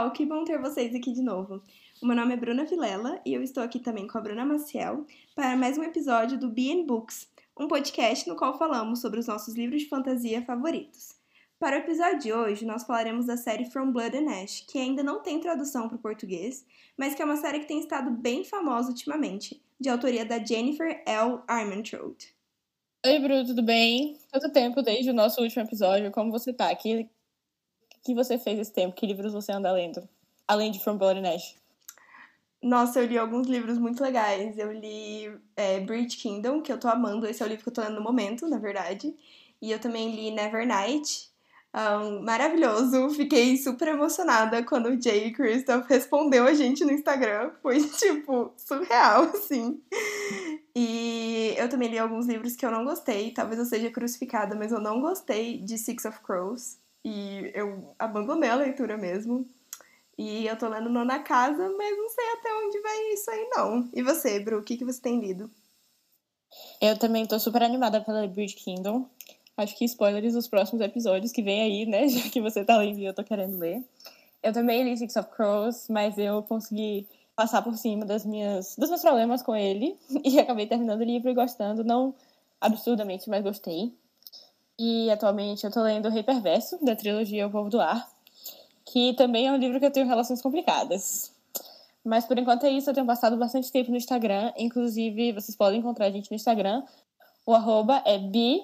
pessoal, que bom ter vocês aqui de novo. O meu nome é Bruna Vilela e eu estou aqui também com a Bruna Maciel para mais um episódio do Be Books, um podcast no qual falamos sobre os nossos livros de fantasia favoritos. Para o episódio de hoje, nós falaremos da série From Blood and Ash, que ainda não tem tradução para o português, mas que é uma série que tem estado bem famosa ultimamente, de autoria da Jennifer L. Armentrout. Oi, Bru, tudo bem? Quanto tempo desde o nosso último episódio? Como você tá? Que você fez esse tempo? Que livros você anda lendo? Além de From Blood and Ash. Nossa, eu li alguns livros muito legais. Eu li Bridge Kingdom, que eu tô amando. Esse é o livro que eu tô lendo no momento, na verdade. E eu também li Nevernight. Maravilhoso. Fiquei super emocionada quando o Jay Kristoff respondeu a gente no Instagram. Foi, tipo, surreal, assim. E eu também li alguns livros que eu não gostei. Talvez eu seja crucificada, mas eu não gostei de Six of Crows. E eu abandonei a leitura mesmo. E eu tô lendo Nona Casa, mas não sei até onde vai isso aí, não. E você, Bru, o que você tem lido? Eu também tô super animada pela Bridge Kingdom. Acho que spoilers dos próximos episódios que vem aí, né? Já que você tá lendo e eu tô querendo ler. Eu também li Six of Crows, mas eu consegui passar por cima dos meus problemas com ele. E acabei terminando o livro e gostando. Não absurdamente, mas gostei. E atualmente eu tô lendo O Rei Perverso, da trilogia O Povo do Ar, que também é um livro que eu tenho relações complicadas. Mas por enquanto é isso, eu tenho passado bastante tempo no Instagram. Inclusive, vocês podem encontrar a gente no Instagram. O @ é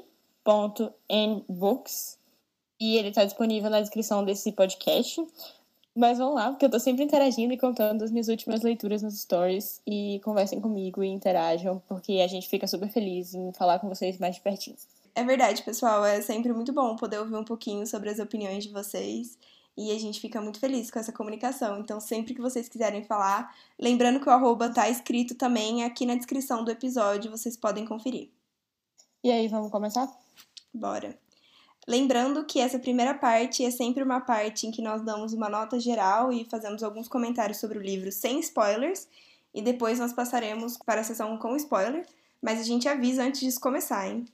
b.nbooks. E ele tá disponível na descrição desse podcast. Mas vamos lá, porque eu tô sempre interagindo e contando as minhas últimas leituras nos stories. E conversem comigo e interajam, porque a gente fica super feliz em falar com vocês mais de pertinho. É verdade, pessoal. É sempre muito bom poder ouvir um pouquinho sobre as opiniões de vocês. E a gente fica muito feliz com essa comunicação. Então, sempre que vocês quiserem falar, lembrando que o @ tá escrito também aqui na descrição do episódio, vocês podem conferir. E aí, vamos começar? Bora! Lembrando que essa primeira parte é sempre uma parte em que nós damos uma nota geral e fazemos alguns comentários sobre o livro sem spoilers, e depois nós passaremos para a sessão com spoiler, mas a gente avisa antes disso começar, hein?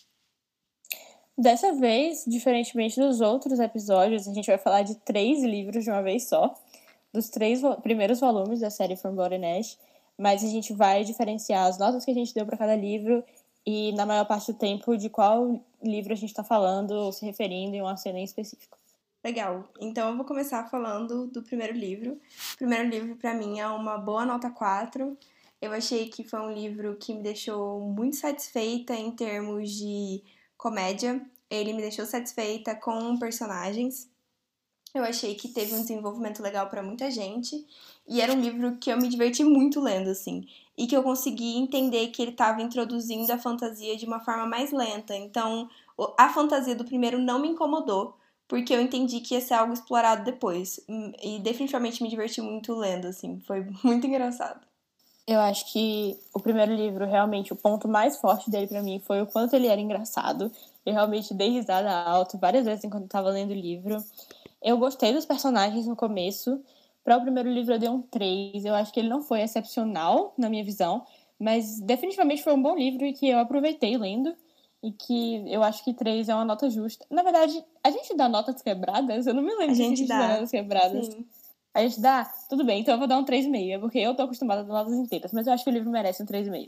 Dessa vez, diferentemente dos outros episódios, a gente vai falar de 3 livros de uma vez só, dos 3 primeiros volumes da série From Blood and Ash, mas a gente vai diferenciar as notas que a gente deu para cada livro e, na maior parte do tempo, de qual livro a gente está falando ou se referindo em uma cena em específico. Legal. Então eu vou começar falando do primeiro livro. O primeiro livro, para mim, é uma boa nota 4. Eu achei que foi um livro que me deixou muito satisfeita em termos de comédia. Ele me deixou satisfeita com personagens. Eu achei que teve um desenvolvimento legal para muita gente. E era um livro que eu me diverti muito lendo, assim. E que eu consegui entender que ele estava introduzindo a fantasia de uma forma mais lenta. Então, a fantasia do primeiro não me incomodou, porque eu entendi que ia ser algo explorado depois. E definitivamente me diverti muito lendo, assim. Foi muito engraçado. Eu acho que o primeiro livro, realmente, o ponto mais forte dele pra mim foi o quanto ele era engraçado. Eu realmente dei risada alto várias vezes enquanto estava lendo o livro. Eu gostei dos personagens no começo. Para o primeiro livro eu dei um 3. Eu acho que ele não foi excepcional, na minha visão, mas definitivamente foi um bom livro e que eu aproveitei lendo. E que eu acho que 3 é uma nota justa. Na verdade, a gente dá notas quebradas? Eu não me lembro se a gente dá notas quebradas. Sim. A gente dá? Tudo bem, então eu vou dar um 3,5, porque eu tô acostumada a dar notas inteiras, mas eu acho que o livro merece um 3,5.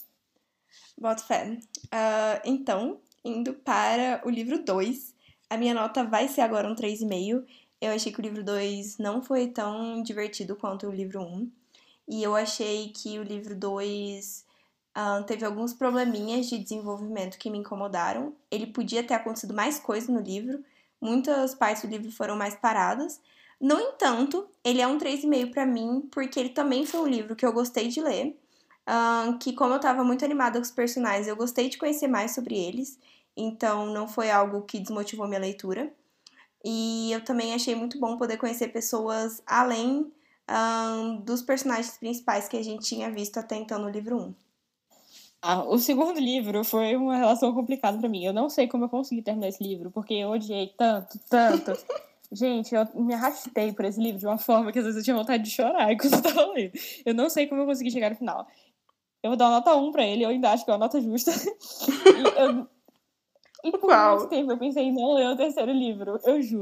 Boto fé. Então, indo para o livro 2, a minha nota vai ser agora um 3,5. Eu achei que o livro 2 não foi tão divertido quanto o livro 1. E eu achei que o livro 2 teve alguns probleminhas de desenvolvimento que me incomodaram. Ele podia ter acontecido mais coisa no livro. Muitas partes do livro foram mais paradas. No entanto, ele é um 3,5 para mim, porque ele também foi um livro que eu gostei de ler. Que como eu tava muito animada com os personagens, eu gostei de conhecer mais sobre eles. Então, não foi algo que desmotivou minha leitura. E eu também achei muito bom poder conhecer pessoas além dos personagens principais que a gente tinha visto até então no livro 1. O segundo livro foi uma relação complicada pra mim. Eu não sei como eu consegui terminar esse livro, porque eu odiei tanto. Gente, eu me arrastei por esse livro de uma forma que às vezes eu tinha vontade de chorar enquanto eu tava lendo. Eu não sei como eu consegui chegar no final. Eu vou dar uma nota 1 pra ele, eu ainda acho que é uma nota justa. E por muito tempo eu pensei em não ler o terceiro livro, eu juro.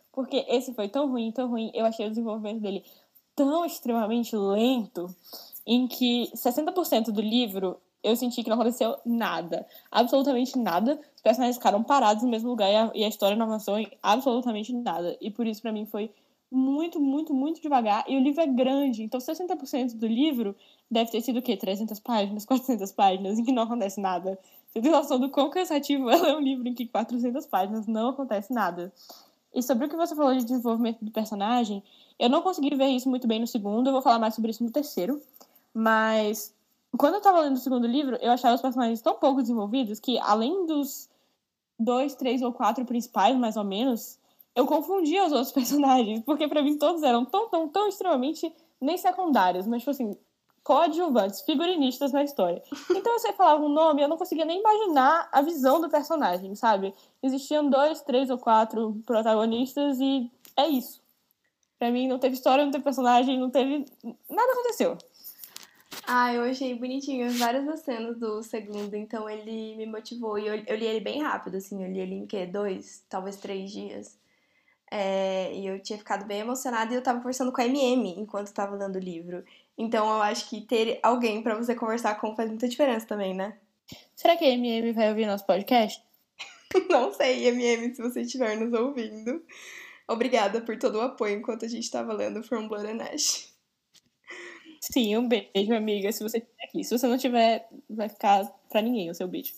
Porque esse foi tão ruim, eu achei o desenvolvimento dele tão extremamente lento, em que 60% do livro eu senti que não aconteceu nada. Absolutamente nada. Os personagens ficaram parados no mesmo lugar e a história não avançou em absolutamente nada. E por isso, pra mim, foi muito, muito, muito devagar. E o livro é grande, então 60% do livro deve ter sido o quê? 300 páginas, 400 páginas, em que não acontece nada. Você tem noção do quão cansativo é um livro em que 400 páginas não acontece nada. E sobre o que você falou de desenvolvimento do personagem, eu não consegui ver isso muito bem no segundo, eu vou falar mais sobre isso no terceiro. Mas quando eu tava lendo o segundo livro, eu achava os personagens tão pouco desenvolvidos que, além dos 2, 3 ou 4 principais, mais ou menos, eu confundia os outros personagens, porque pra mim todos eram tão extremamente nem secundários, mas tipo assim, coadjuvantes, figurinistas na história. Então você falava um nome, eu não conseguia nem imaginar a visão do personagem, sabe? Existiam 2, 3 ou 4 protagonistas e é isso. Pra mim não teve história, não teve personagem, não teve... Nada aconteceu. Ah, eu achei bonitinho várias das cenas do segundo, então ele me motivou. E eu li ele bem rápido, assim, eu li ele em quê? 2, talvez 3 dias. E eu tinha ficado bem emocionada e eu tava conversando com a MM enquanto tava lendo o livro. Então eu acho que ter alguém pra você conversar com faz muita diferença também, né? Será que a MM vai ouvir nosso podcast? Não sei, MM, se você estiver nos ouvindo. Obrigada por todo o apoio enquanto a gente tava lendo From Blood and Ash. Sim, um beijo, amiga, se você estiver aqui. Se você não tiver, vai ficar pra ninguém o seu beijo.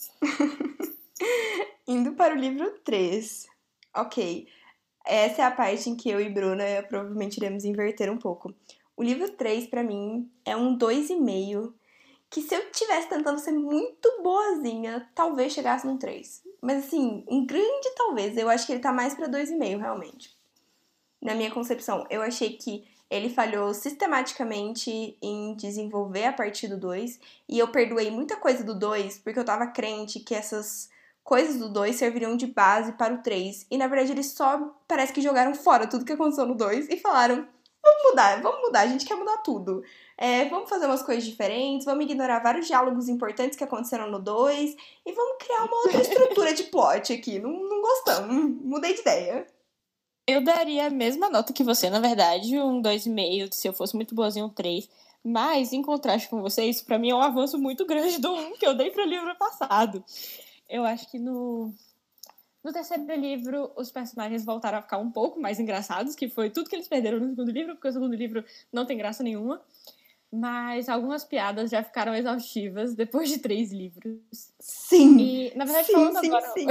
Indo para o livro 3. Ok, essa é a parte em que eu e Bruna provavelmente iremos inverter um pouco. O livro 3, pra mim, é um 2,5, que se eu tivesse tentando ser muito boazinha, talvez chegasse num 3. Mas assim, um grande talvez, eu acho que ele tá mais pra 2,5, realmente. Na minha concepção, eu achei que ele falhou sistematicamente em desenvolver a partir do 2, e eu perdoei muita coisa do 2 porque eu tava crente que essas coisas do 2 serviriam de base para o 3. E na verdade eles só parece que jogaram fora tudo que aconteceu no 2 e falaram: vamos mudar, a gente quer mudar tudo. Vamos fazer umas coisas diferentes, vamos ignorar vários diálogos importantes que aconteceram no 2 e vamos criar uma outra estrutura de plot aqui. Não gostamos, mudei de ideia. Eu daria a mesma nota que você, na verdade, um 2,5, se eu fosse muito boazinha, um 3. Mas, em contraste com você, isso pra mim é um avanço muito grande do 1 que eu dei pro livro passado. Eu acho que no terceiro livro, os personagens voltaram a ficar um pouco mais engraçados, que foi tudo que eles perderam no segundo livro, porque o segundo livro não tem graça nenhuma. Mas algumas piadas já ficaram exaustivas depois de 3 livros. Sim! E, na verdade, sim.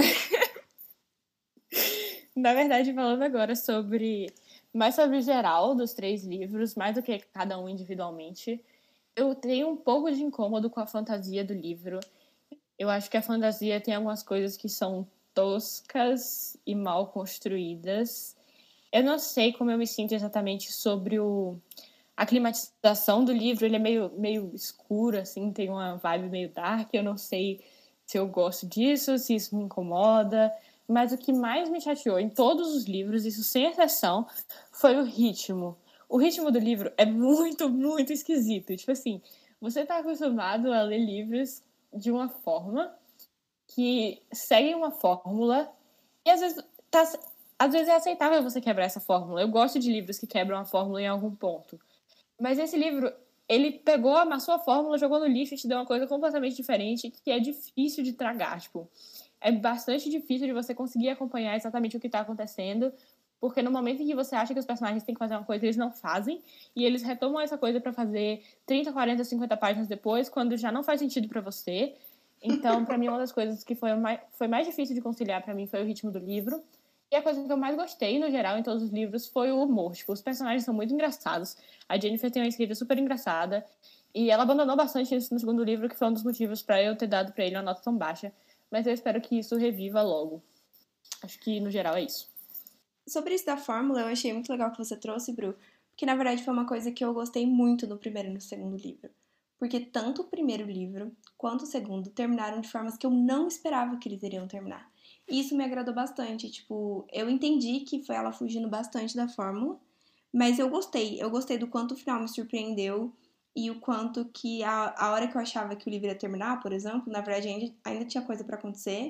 Na verdade, falando agora mais sobre o geral dos 3 livros, mais do que cada um individualmente, eu tenho um pouco de incômodo com a fantasia do livro. Eu acho que a fantasia tem algumas coisas que são toscas e mal construídas. Eu não sei como eu me sinto exatamente sobre a climatização do livro. Ele é meio escuro, assim, tem uma vibe meio dark. Eu não sei se eu gosto disso, se isso me incomoda. Mas o que mais me chateou em todos os livros, isso sem exceção, foi o ritmo. O ritmo do livro é muito, muito esquisito. Tipo assim, você tá acostumado a ler livros de uma forma que seguem uma fórmula e às vezes é aceitável você quebrar essa fórmula. Eu gosto de livros que quebram a fórmula em algum ponto. Mas esse livro, ele pegou, amassou a fórmula, jogou no lixo e te deu uma coisa completamente diferente que é difícil de tragar, tipo... É bastante difícil de você conseguir acompanhar exatamente o que está acontecendo, porque no momento em que você acha que os personagens têm que fazer uma coisa, eles não fazem, e eles retomam essa coisa para fazer 30, 40, 50 páginas depois, quando já não faz sentido para você. Então, para mim, uma das coisas que foi mais difícil de conciliar para mim foi o ritmo do livro. E a coisa que eu mais gostei, no geral, em todos os livros, foi o humor. Tipo, os personagens são muito engraçados. A Jennifer tem uma escrita super engraçada, e ela abandonou bastante isso no segundo livro, que foi um dos motivos para eu ter dado para ele uma nota tão baixa. Mas eu espero que isso reviva logo. Acho que, no geral, é isso. Sobre isso da fórmula, eu achei muito legal que você trouxe, Bru, porque na verdade foi uma coisa que eu gostei muito no primeiro e no segundo livro. Porque tanto o primeiro livro quanto o segundo terminaram de formas que eu não esperava que eles iriam terminar. E isso me agradou bastante. Tipo, eu entendi que foi ela fugindo bastante da fórmula, mas eu gostei. Eu gostei do quanto o final me surpreendeu e o quanto que a hora que eu achava que o livro ia terminar, por exemplo, na verdade ainda tinha coisa pra acontecer.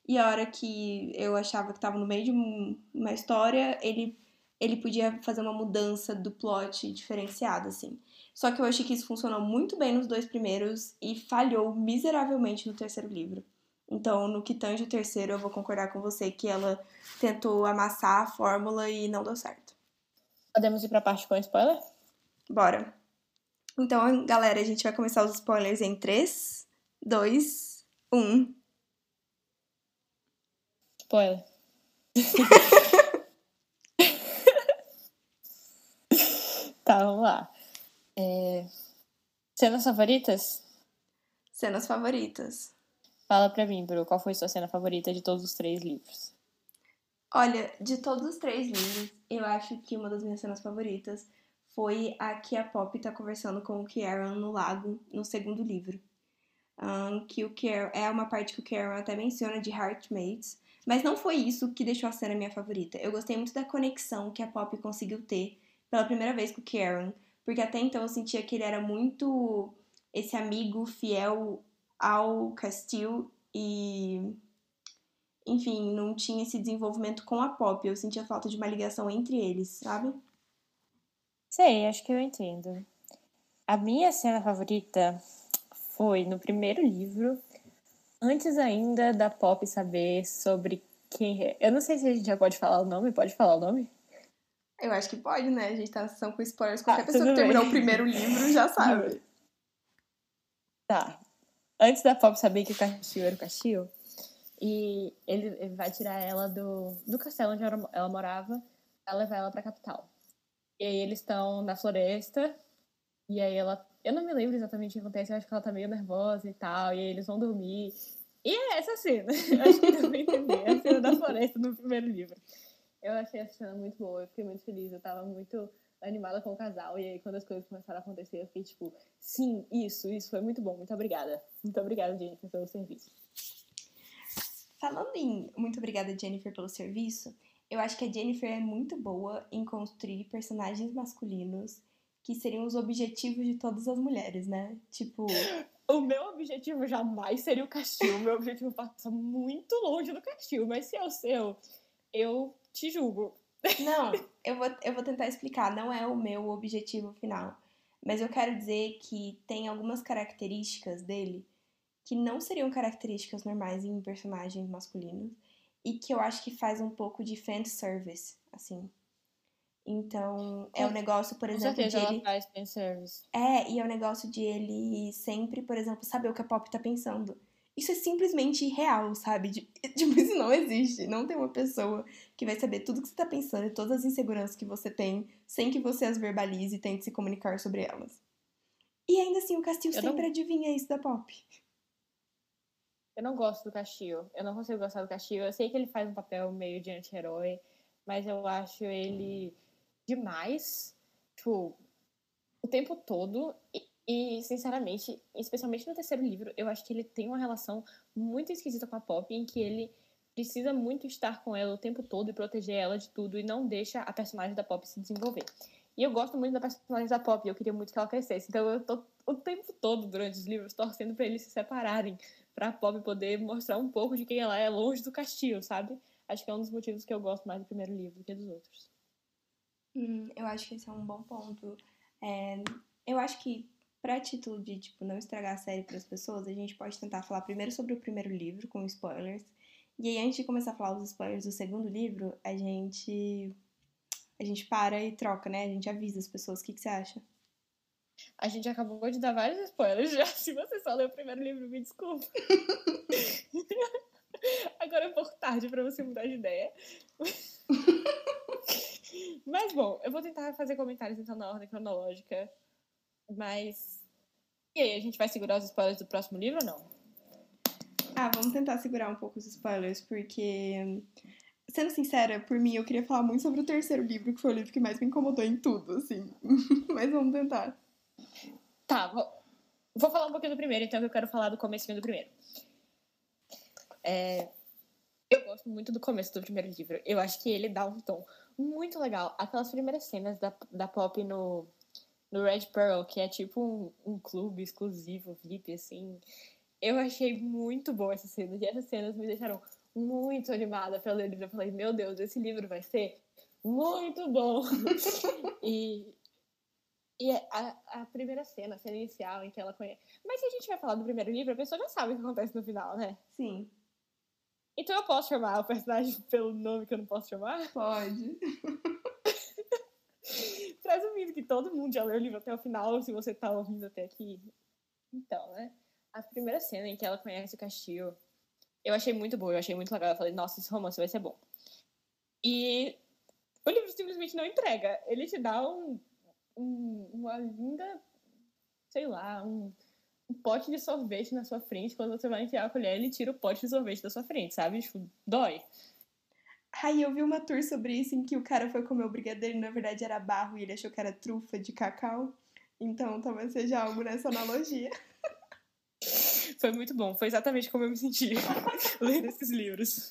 e a hora que eu achava que tava no meio de uma história, ele podia fazer uma mudança do plot diferenciada, assim. Só que eu achei que isso funcionou muito bem nos dois primeiros e falhou miseravelmente no terceiro livro. Então, no que tange o terceiro, eu vou concordar com você que ela tentou amassar a fórmula e não deu certo. Podemos ir pra parte com spoiler? Bora. Então, galera, a gente vai começar os spoilers em 3, 2, 1. Spoiler. Tá, vamos lá. Cenas favoritas? Cenas favoritas. Fala pra mim, Bru, qual foi sua cena favorita de todos os 3 livros? Olha, de todos os 3 livros, eu acho que uma das minhas cenas favoritas foi a que a Poppy tá conversando com o Kieran no lago, no segundo livro. Que o Kieran, é uma parte que o Kieran até menciona de Heartmates, mas não foi isso que deixou a cena minha favorita. Eu gostei muito da conexão que a Poppy conseguiu ter pela primeira vez com o Kieran, porque até então eu sentia que ele era muito esse amigo fiel ao Castile e, enfim, não tinha esse desenvolvimento com a Poppy. Eu sentia falta de uma ligação entre eles, sabe? Sei, acho que eu entendo. A minha cena favorita foi no primeiro livro, antes ainda da Poppy saber sobre quem é. Eu não sei se a gente já pode falar o nome. Pode falar o nome? Eu acho que pode, né? A gente tá na sessão com spoilers. Qualquer pessoa que Tudo terminou o bem. primeiro livro já sabe. Tá. Antes da Poppy saber que o Castil era o Castil, e ele vai tirar ela do castelo onde ela morava pra levar ela pra capital. E aí eles estão na floresta, e aí ela... Eu não me lembro exatamente o que acontece, eu acho que ela tá meio nervosa e tal, e aí eles vão dormir. E é essa cena. Eu acho que deu pra entender. É a cena da floresta no primeiro livro. Eu achei essa cena muito boa, eu fiquei muito feliz, eu tava muito animada com o casal, e aí quando as coisas começaram a acontecer, eu fiquei tipo, sim, isso foi muito bom, muito obrigada. Muito obrigada, Jennifer, pelo serviço. Falando em muito obrigada, Jennifer, pelo serviço, eu acho que a Jennifer é muito boa em construir personagens masculinos que seriam os objetivos de todas as mulheres, né? Tipo. O meu objetivo jamais seria o Castil, o meu objetivo passa muito longe do Castil, mas se é o seu, eu te julgo. Não, eu vou tentar explicar, não é o meu objetivo final. Mas eu quero dizer que tem algumas características dele que não seriam características normais em personagens masculinos e que eu acho que faz um pouco de fanservice, assim. Então, é o negócio, por Com exemplo, de certeza ela ele. faz fanservice. E é o negócio de ele sempre, por exemplo, saber o que a Pop tá pensando. Isso é simplesmente irreal, sabe? Tipo, isso não existe. Não tem uma pessoa que vai saber tudo que você tá pensando e todas as inseguranças que você tem sem que você as verbalize e tente se comunicar sobre elas. E ainda assim, o Castil sempre adivinha isso da Pop. Eu não gosto do Castil. Eu não consigo gostar do Castil. Eu sei que ele faz um papel meio de anti-herói, mas eu acho ele demais, tipo, o tempo todo. E, sinceramente, especialmente no terceiro livro, eu acho que ele tem uma relação muito esquisita com a Poppy, em que ele precisa muito estar com ela o tempo todo e proteger ela de tudo e não deixa a personagem da Poppy se desenvolver. E eu gosto muito da personagem da Poppy, eu queria muito que ela crescesse. Então eu tô o tempo todo durante os livros torcendo pra eles se separarem, pra Poppy poder mostrar um pouco de quem ela é longe do Castil, sabe? Acho que é um dos motivos que eu gosto mais do primeiro livro do que dos outros. Eu acho que esse é um bom ponto. Eu acho que, pra título de, tipo, não estragar a série pras pessoas, a gente pode tentar falar primeiro sobre o primeiro livro, com spoilers. E aí, antes de começar a falar os spoilers do segundo livro, a gente para e troca, né? A gente avisa as pessoas. O que você acha? A gente acabou de dar vários spoilers já. Se você só leu o primeiro livro, me desculpa. Agora é um pouco tarde pra você mudar de ideia. Mas, bom, eu vou tentar fazer comentários então na ordem cronológica. Mas... E aí, a gente vai segurar os spoilers do próximo livro ou não? Vamos tentar segurar um pouco os spoilers, porque, sendo sincera, por mim, eu queria falar muito sobre o terceiro livro, que foi o livro que mais me incomodou em tudo, assim. Mas vamos tentar. Tá, vou falar um pouquinho do primeiro, então, que eu quero falar do comecinho do primeiro. Eu gosto muito do começo do primeiro livro. Eu acho que ele dá um tom muito legal. Aquelas primeiras cenas da Pop no Red Pearl, que é tipo um clube exclusivo, VIP, assim. Eu achei muito boa essa cena. E essas cenas me deixaram muito animada pra ler o livro. Eu falei, meu Deus, esse livro vai ser muito bom. E a primeira cena, a cena inicial em que ela conhece... Mas se a gente vai falar do primeiro livro, a pessoa já sabe o que acontece no final, né? Sim. Então eu posso chamar o personagem pelo nome que eu não posso chamar? Pode. Presumindo que todo mundo já leu o livro até o final, se você tá ouvindo até aqui. Então, né? A primeira cena em que ela conhece o Castilho, eu achei muito boa, eu achei muito legal. Eu falei, nossa, esse romance vai ser bom. E o livro simplesmente não entrega. Ele te dá uma linda, sei lá, um pote de sorvete na sua frente. Quando você vai enfiar a colher, ele tira o pote de sorvete da sua frente, sabe? Tipo, dói. Ai, eu vi uma tour sobre isso em que o cara foi comer o brigadeiro e na verdade era barro e ele achou que era trufa de cacau. Então talvez seja algo nessa analogia. Foi muito bom, foi exatamente como eu me senti lendo esses livros.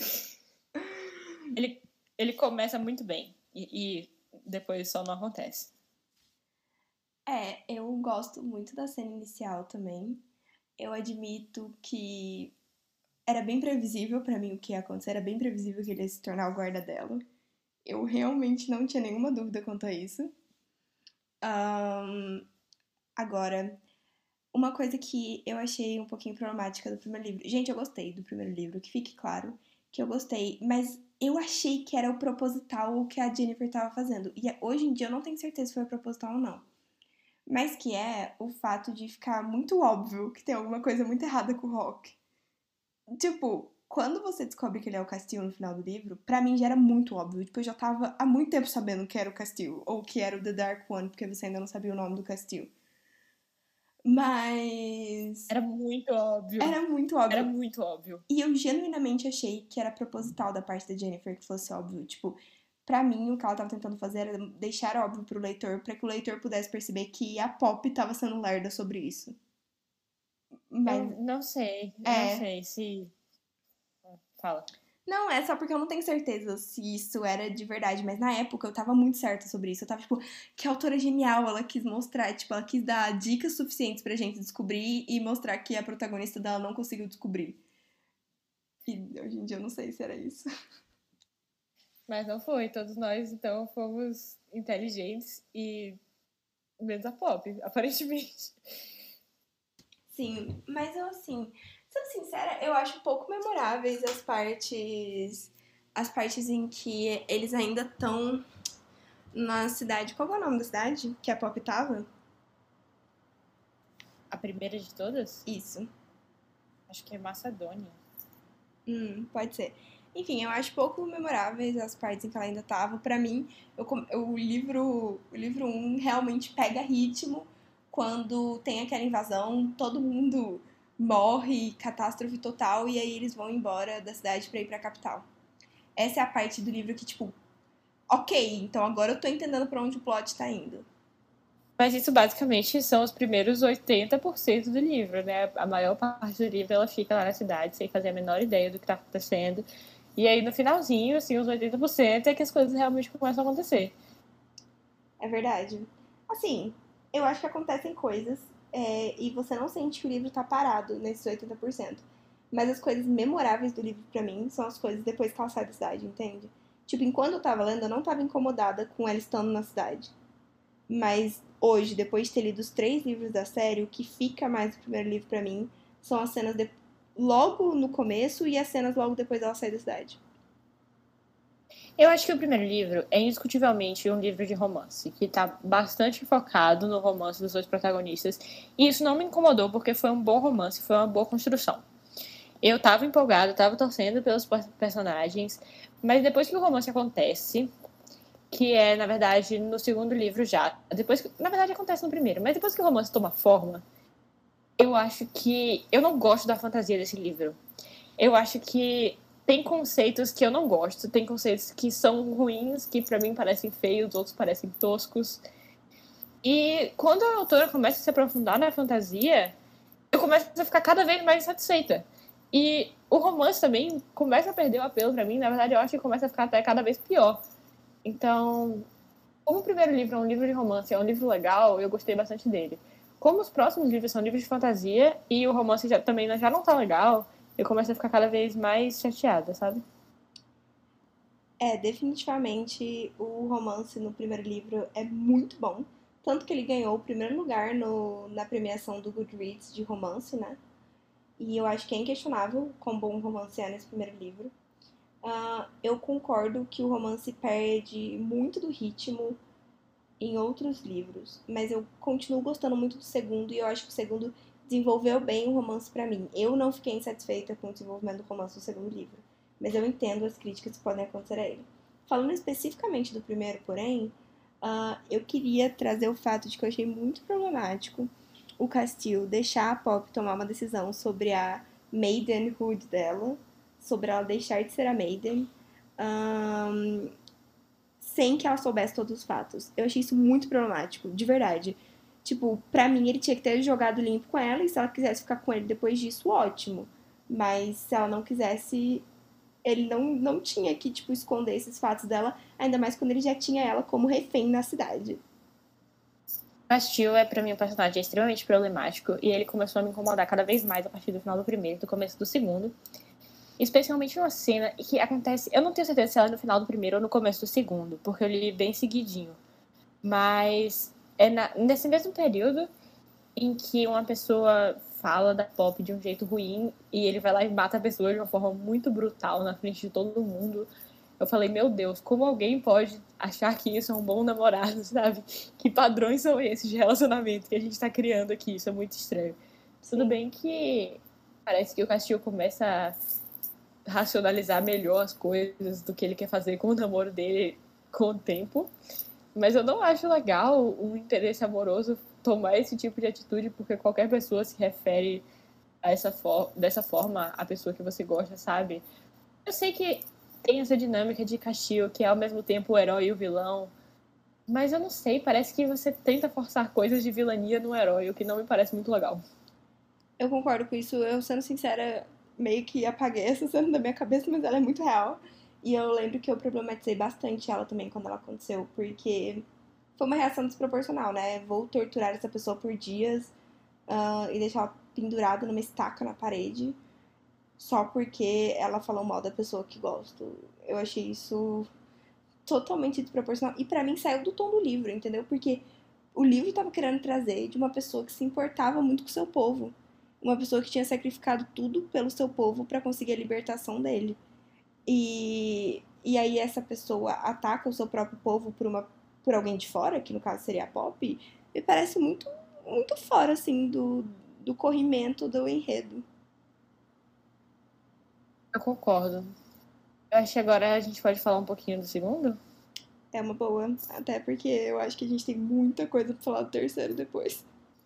Ele começa muito bem e depois só não acontece. Eu gosto muito da cena inicial também. Eu admito que era bem previsível pra mim o que ia acontecer, era bem previsível que ele ia se tornar o guarda dela. Eu realmente não tinha nenhuma dúvida quanto a isso. Agora, uma coisa que eu achei um pouquinho problemática do primeiro livro. Gente, eu gostei do primeiro livro, que fique claro que eu gostei, mas eu achei que era o proposital o que a Jennifer tava fazendo. E hoje em dia eu não tenho certeza se foi proposital ou não. Mas que é o fato de ficar muito óbvio que tem alguma coisa muito errada com o Rock. Tipo, quando você descobre que ele é o Castillo no final do livro, pra mim já era muito óbvio. Tipo, eu já tava há muito tempo sabendo que era o Castillo, ou que era o The Dark One, porque você ainda não sabia o nome do Castillo. Mas... Era muito óbvio. Era muito óbvio. Era muito óbvio. E eu genuinamente achei que era proposital da parte da Jennifer que fosse óbvio. Tipo, pra mim, o que ela tava tentando fazer era deixar óbvio pro leitor, pra que o leitor pudesse perceber que a Pop tava sendo lerda sobre isso. Mas... Eu não sei. Não sei se... Fala. Não, é só porque eu não tenho certeza se isso era de verdade, mas na época eu tava muito certa sobre isso. Eu tava, tipo, que autora genial, ela quis mostrar, tipo, ela quis dar dicas suficientes pra gente descobrir e mostrar que a protagonista dela não conseguiu descobrir. E hoje em dia eu não sei se era isso. Mas não foi. Todos nós, então, fomos inteligentes e menos a Pop, aparentemente. Sim, mas eu, assim, sendo sincera, eu acho pouco memoráveis as partes em que eles ainda estão na cidade. Qual é o nome da cidade que a Pop tava? A primeira de todas? Isso. Acho que é Macedônia. Pode ser. Enfim, eu acho pouco memoráveis as partes em que ela ainda tava. Pra mim, o livro 1 realmente pega ritmo quando tem aquela invasão, todo mundo morre, catástrofe total, e aí eles vão embora da cidade pra ir pra capital. Essa é a parte do livro que, tipo, ok, então agora eu tô entendendo pra onde o plot tá indo. Mas isso basicamente são os primeiros 80% do livro, né? A maior parte do livro ela fica lá na cidade sem fazer a menor ideia do que tá acontecendo. E aí no finalzinho, assim, os 80% é que as coisas realmente começam a acontecer. É verdade. Assim, eu acho que acontecem coisas e você não sente que o livro tá parado nesses 80%. Mas as coisas memoráveis do livro pra mim são as coisas depois que ela sai da cidade, entende? Tipo, enquanto eu tava lendo, eu não tava incomodada com ela estando na cidade. Mas hoje, depois de ter lido os 3 livros da série, o que fica mais do primeiro livro pra mim são as cenas logo no começo e as cenas logo depois dela sair da cidade. Eu acho que o primeiro livro é indiscutivelmente um livro de romance, que tá bastante focado no romance dos dois protagonistas. E isso não me incomodou, porque foi um bom romance, foi uma boa construção. Eu tava empolgada, tava torcendo pelos personagens, mas depois que o romance acontece, que é, na verdade, no segundo livro já, na verdade acontece no primeiro, mas depois que o romance toma forma, eu acho que eu não gosto da fantasia desse livro. Eu acho que tem conceitos que eu não gosto, tem conceitos que são ruins, que pra mim parecem feios, outros parecem toscos. E quando a autora começa a se aprofundar na fantasia, eu começo a ficar cada vez mais insatisfeita. E o romance também começa a perder o apelo pra mim, na verdade eu acho que começa a ficar até cada vez pior. Então, como o primeiro livro é um livro de romance, é um livro legal, eu gostei bastante dele. Como os próximos livros são livros de fantasia e o romance também já não tá legal, eu começo a ficar cada vez mais chateada, sabe? Definitivamente o romance no primeiro livro é muito bom. Tanto que ele ganhou o primeiro lugar na premiação do Goodreads de romance, né? E eu acho que é inquestionável quão bom o romance é nesse primeiro livro. Eu concordo que o romance perde muito do ritmo em outros livros, mas eu continuo gostando muito do segundo e eu acho que o segundo desenvolveu bem o romance pra mim. Eu não fiquei insatisfeita com o desenvolvimento do romance do segundo livro, mas eu entendo as críticas que podem acontecer a ele. Falando especificamente do primeiro, porém, eu queria trazer o fato de que eu achei muito problemático o Castile deixar a Poppy tomar uma decisão sobre a maidenhood dela, sobre ela deixar de ser a Maiden, ahn, sem que ela soubesse todos os fatos. Eu achei isso muito problemático, de verdade. Tipo, pra mim ele tinha que ter jogado limpo com ela e se ela quisesse ficar com ele depois disso, ótimo. Mas se ela não quisesse, ele não tinha que, tipo, esconder esses fatos dela, ainda mais quando ele já tinha ela como refém na cidade. Bastille é, pra mim, um personagem extremamente problemático e ele começou a me incomodar cada vez mais a partir do final do primeiro, do começo do segundo. Especialmente uma cena que acontece... Eu não tenho certeza se ela é no final do primeiro ou no começo do segundo, porque eu li bem seguidinho. Mas é nesse mesmo período em que uma pessoa fala da Pop de um jeito ruim e ele vai lá e mata a pessoa de uma forma muito brutal na frente de todo mundo. Eu falei, meu Deus, como alguém pode achar que isso é um bom namorado, sabe? Que padrões são esses de relacionamento que a gente tá criando aqui? Isso é muito estranho. Tudo Sim. bem que parece que o Castillo começa a racionalizar melhor as coisas do que ele quer fazer com o namoro dele com o tempo. Mas eu não acho legal um interesse amoroso tomar esse tipo de atitude, porque qualquer pessoa se refere a dessa forma à pessoa que você gosta, sabe? Eu sei que tem essa dinâmica de Castillo, que é ao mesmo tempo o herói e o vilão, mas eu não sei, parece que você tenta forçar coisas de vilania no herói, o que não me parece muito legal. Eu concordo com isso. Eu, sendo sincera, meio que apaguei essa cena da minha cabeça, mas ela é muito real. E eu lembro que eu problematizei bastante ela também quando ela aconteceu, porque foi uma reação desproporcional, né? Vou torturar essa pessoa por dias, e deixar ela pendurada numa estaca na parede, só porque ela falou mal da pessoa que gosto. Eu achei isso totalmente desproporcional. E pra mim saiu do tom do livro, entendeu? Porque o livro tava querendo trazer de uma pessoa que se importava muito com o seu povo. Uma pessoa que tinha sacrificado tudo pelo seu povo pra conseguir a libertação dele. E aí essa pessoa ataca o seu próprio povo por alguém de fora, que no caso seria a Poppy, me parece muito fora, assim, do corrimento do enredo. Eu concordo. Eu acho que agora a gente pode falar um pouquinho do segundo. É uma boa, até porque eu acho que a gente tem muita coisa pra falar do terceiro depois.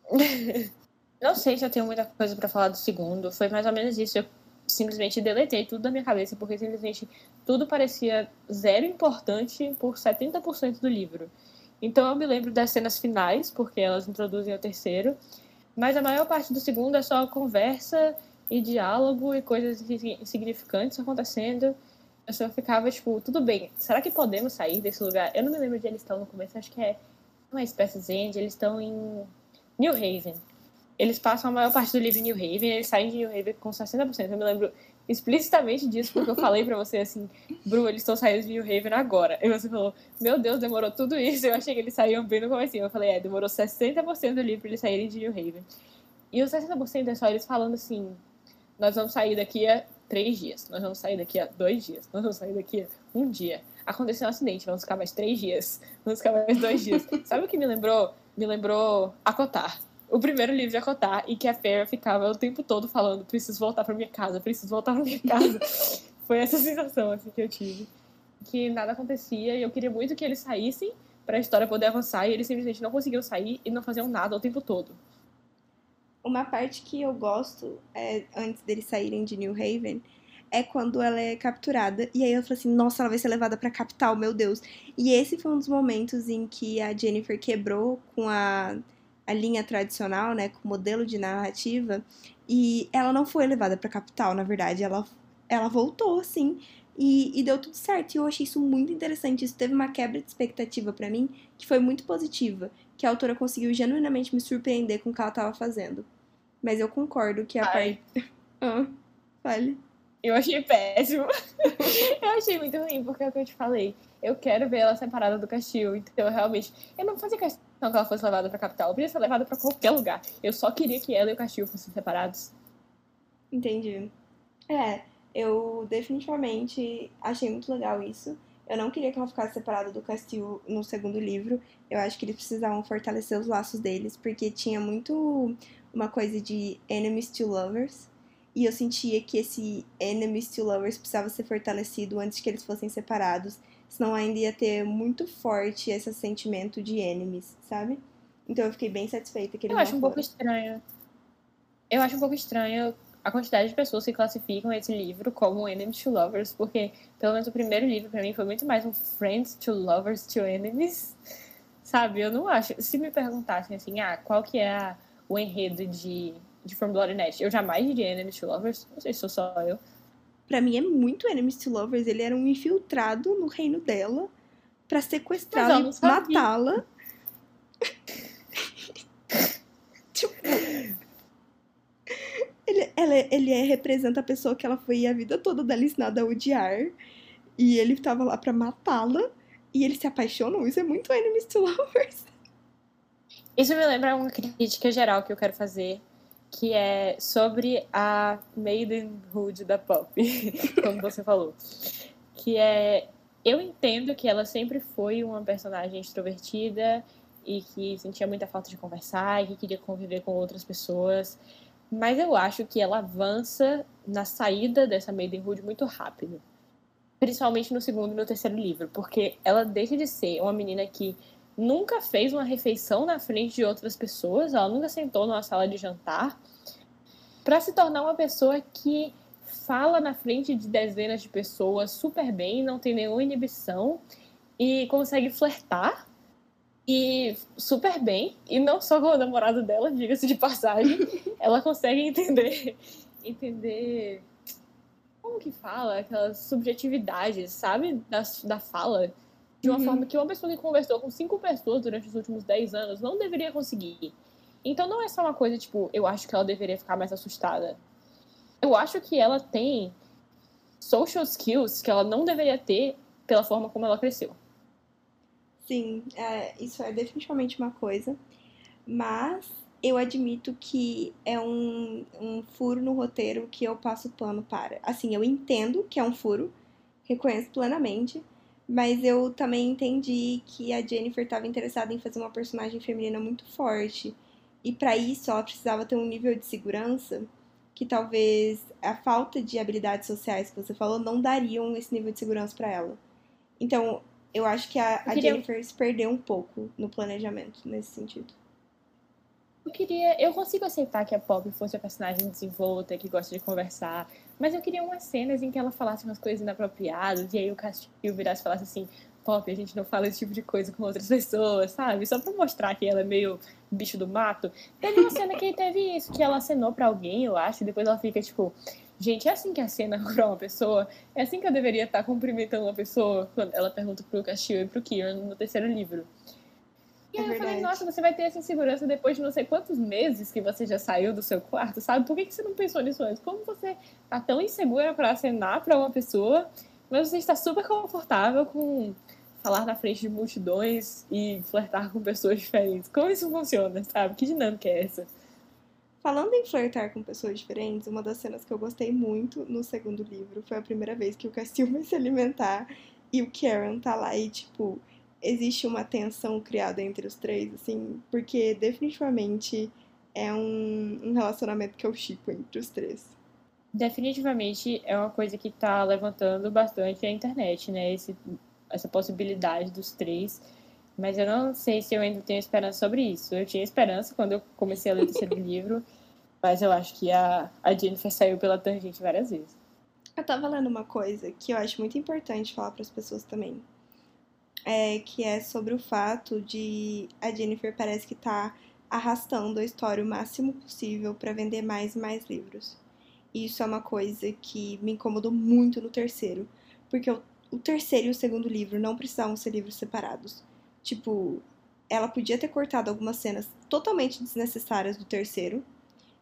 Não sei se eu tenho muita coisa pra falar do segundo. Foi mais ou menos isso. Eu simplesmente deletei tudo da minha cabeça, porque simplesmente tudo parecia zero importante por 70% do livro. Então eu me lembro das cenas finais, porque elas introduzem o terceiro, mas a maior parte do segundo é só conversa e diálogo e coisas insignificantes acontecendo. Eu só ficava, tipo, tudo bem, será que podemos sair desse lugar? Eu não me lembro de eles estão no começo, acho que é uma espécie de End, eles estão em New Haven. Eles passam a maior parte do livro em New Haven, eles saem de New Haven com 60%. Eu me lembro explicitamente disso, porque eu falei pra você assim, Bru, eles estão saindo de New Haven agora. E você falou, meu Deus, demorou tudo isso. Eu achei que eles saíam bem no comecinho. Eu falei, demorou 60% do livro pra eles saírem de New Haven. E os 60% é só eles falando assim, nós vamos sair daqui a 3 dias, nós vamos sair daqui a 2 dias, nós vamos sair daqui a 1 dia. Aconteceu um acidente, vamos ficar mais 3 dias, vamos ficar mais 2 dias. Sabe o que me lembrou? Me lembrou Acotar. O primeiro livro de Acotar, e que a Feyre ficava o tempo todo falando, preciso voltar pra minha casa, preciso voltar pra minha casa. Foi essa sensação assim, que eu tive. Que nada acontecia, e eu queria muito que eles saíssem pra história poder avançar, e eles simplesmente não conseguiam sair e não faziam nada o tempo todo. Uma parte que eu gosto, antes deles saírem de New Haven, é quando ela é capturada. E aí eu falo assim, nossa, ela vai ser levada pra capital, meu Deus. E esse foi um dos momentos em que a Jennifer quebrou com a linha tradicional, né, com o modelo de narrativa. E ela não foi levada pra capital, na verdade. Ela voltou, assim, e deu tudo certo. E eu achei isso muito interessante. Isso teve uma quebra de expectativa pra mim, que foi muito positiva. Que a autora conseguiu genuinamente me surpreender com o que ela tava fazendo. Mas eu concordo que a Ai, parte. Ah. Fale. Eu achei péssimo. Eu achei muito ruim, porque é o que eu te falei. Eu quero ver ela separada do Castil. Então, realmente, eu não fazia questão que ela fosse levada pra capital. Eu podia ser levada pra qualquer lugar. Eu só queria que ela e o Castil fossem separados. Entendi. É, eu definitivamente achei muito legal isso. Eu não queria que ela ficasse separada do Castil no segundo livro. Eu acho que eles precisavam fortalecer os laços deles, porque tinha muito uma coisa de enemies to lovers. E eu sentia que esse enemies to lovers precisava ser fortalecido antes que eles fossem separados. Senão ainda ia ter muito forte esse sentimento de enemies, sabe? Então eu fiquei bem satisfeita que Eu eles não acho um pouco foram. estranho. Eu acho um pouco estranho a quantidade de pessoas que classificam esse livro como Enemies to Lovers, porque, pelo menos, o primeiro livro, pra mim, foi muito mais um Friends to Lovers to Enemies. Sabe? Eu não acho. Se me perguntassem assim, qual que é o enredo de From Blood and Ash, eu jamais diria Enemies to Lovers. Não sei se sou só eu. Pra mim é muito enemies to lovers. Ele era um infiltrado no reino dela pra Mas sequestrá-la ela e não sabia. matá-la. Tipo, representa a pessoa que ela foi a vida toda dela ensinada a odiar. E ele tava lá pra matá-la. E eles se apaixonam. Isso é muito enemies to lovers. Isso me lembra uma crítica geral que eu quero fazer, que é sobre a maidenhood da Pop, como você falou. Que é, eu entendo que ela sempre foi uma personagem extrovertida e que sentia muita falta de conversar e que queria conviver com outras pessoas, mas eu acho que ela avança na saída dessa maidenhood muito rápido, principalmente no segundo e no terceiro livro, porque ela deixa de ser uma menina que nunca fez uma refeição na frente de outras pessoas, ela nunca sentou numa sala de jantar, para se tornar uma pessoa que fala na frente de dezenas de pessoas super bem, não tem nenhuma inibição e consegue flertar e super bem, e não só com o namorado dela, diga-se de passagem, ela consegue entender como que fala, aquelas subjetividades, sabe, da fala, de uma forma que uma pessoa que conversou com 5 pessoas durante os últimos 10 anos não deveria conseguir. Então não é só uma coisa, tipo, eu acho que ela deveria ficar mais assustada. Eu acho que ela tem social skills que ela não deveria ter pela forma como ela cresceu. Sim, isso é definitivamente uma coisa. Mas eu admito que é um furo no roteiro que eu passo pano para. Assim, eu entendo que é um furo, reconheço plenamente, mas eu também entendi que a Jennifer estava interessada em fazer uma personagem feminina muito forte. E para isso ela precisava ter um nível de segurança que talvez a falta de habilidades sociais que você falou não dariam esse nível de segurança para ela. Então, eu acho que Eu a queria Jennifer se perdeu um pouco no planejamento nesse sentido. Eu consigo aceitar que a Poppy fosse a personagem desenvolta, que gosta de conversar, mas eu queria umas cenas em que ela falasse umas coisas inapropriadas, e aí o Castilho virasse e falasse assim, Poppy, a gente não fala esse tipo de coisa com outras pessoas, sabe? Só pra mostrar que ela é meio bicho do mato. Teve uma cena que teve isso, que ela acenou pra alguém, eu acho, e depois ela fica tipo, gente, é assim que acena pra uma pessoa? É assim que eu deveria estar cumprimentando uma pessoa? Quando ela pergunta pro Castilho e pro Kieran no terceiro livro. E É aí eu falei, nossa, verdade. você vai ter essa insegurança depois de não sei quantos meses que você já saiu do seu quarto, sabe? Por que você não pensou nisso antes? Como você tá tão insegura para acenar para uma pessoa, mas você está super confortável com falar na frente de multidões e flertar com pessoas diferentes? Como isso funciona, sabe? Que dinâmica é essa? Falando em flertar com pessoas diferentes, uma das cenas que eu gostei muito no segundo livro foi a primeira vez que o Castil vai se alimentar e o Karen tá lá e, tipo, existe uma tensão criada entre os três, assim, porque definitivamente é um relacionamento que eu shippo entre os três. Definitivamente é uma coisa que tá levantando bastante a internet, né? Essa possibilidade dos três. Mas eu não sei se eu ainda tenho esperança sobre isso. Eu tinha esperança quando eu comecei a ler o terceiro livro, mas eu acho que a Jennifer saiu pela tangente várias vezes. Eu tava lendo uma coisa que eu acho muito importante falar para as pessoas também, que é sobre o fato de a Jennifer parece que tá arrastando a história o máximo possível para vender mais e mais livros. E isso é uma coisa que me incomodou muito no terceiro, porque o terceiro e o segundo livro não precisavam ser livros separados. Tipo, ela podia ter cortado algumas cenas totalmente desnecessárias do terceiro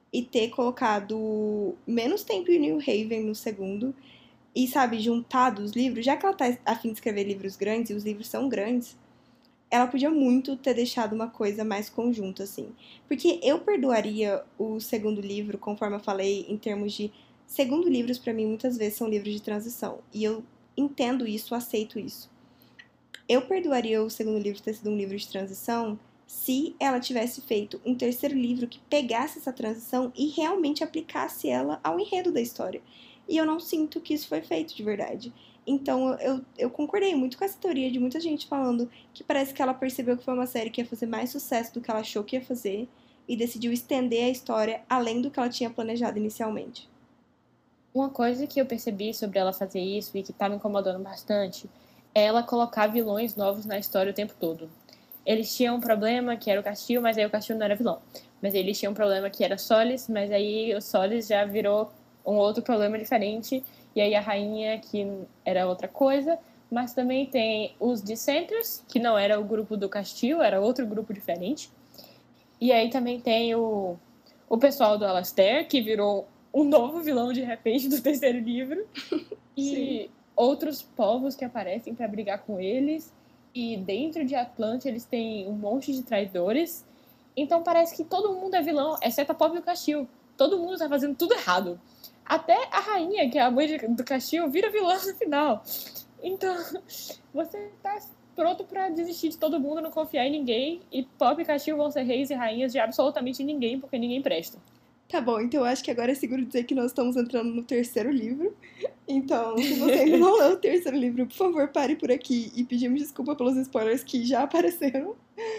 e ter colocado menos tempo em New Haven no segundo e, sabe, juntado os livros, já que ela tá a fim de escrever livros grandes e os livros são grandes, ela podia muito ter deixado uma coisa mais conjunta, assim. Porque eu perdoaria o segundo livro, conforme eu falei, em termos de. Segundo livros, pra mim, muitas vezes são livros de transição. E eu entendo isso, aceito isso. Eu perdoaria o segundo livro ter sido um livro de transição se ela tivesse feito um terceiro livro que pegasse essa transição e realmente aplicasse ela ao enredo da história. E eu não sinto que isso foi feito de verdade. Então eu concordei muito com essa teoria de muita gente falando que parece que ela percebeu que foi uma série que ia fazer mais sucesso do que ela achou que ia fazer e decidiu estender a história além do que ela tinha planejado inicialmente. Uma coisa que eu percebi sobre ela fazer isso e que tá me incomodando bastante é ela colocar vilões novos na história o tempo todo. Eles tinham um problema que era o Castilho, mas aí o Castilho não era vilão. Mas eles tinham um problema que era Solis, mas aí o Solis já virou um outro problema diferente. E aí a rainha, que era outra coisa. Mas também tem os Dissenters, que não era o grupo do Castilho, era outro grupo diferente. E aí também tem o pessoal do Alastair, que virou um novo vilão de repente do terceiro livro. E Sim. outros povos que aparecem para brigar com eles. E dentro de Atlante eles têm um monte de traidores. Então parece que todo mundo é vilão, exceto a pobre do Castilho. Todo mundo tá fazendo tudo errado. Até a rainha, que é a mãe do Castilho, vira vilã no final. Então, você tá pronto pra desistir de todo mundo, não confiar em ninguém. E Pop e Castilho vão ser reis e rainhas de absolutamente ninguém, porque ninguém presta. Tá bom, então eu acho que agora é seguro dizer que nós estamos entrando no terceiro livro. Então, se você ainda não leu o terceiro livro, por favor, pare por aqui e pedimos desculpa pelos spoilers que já apareceram.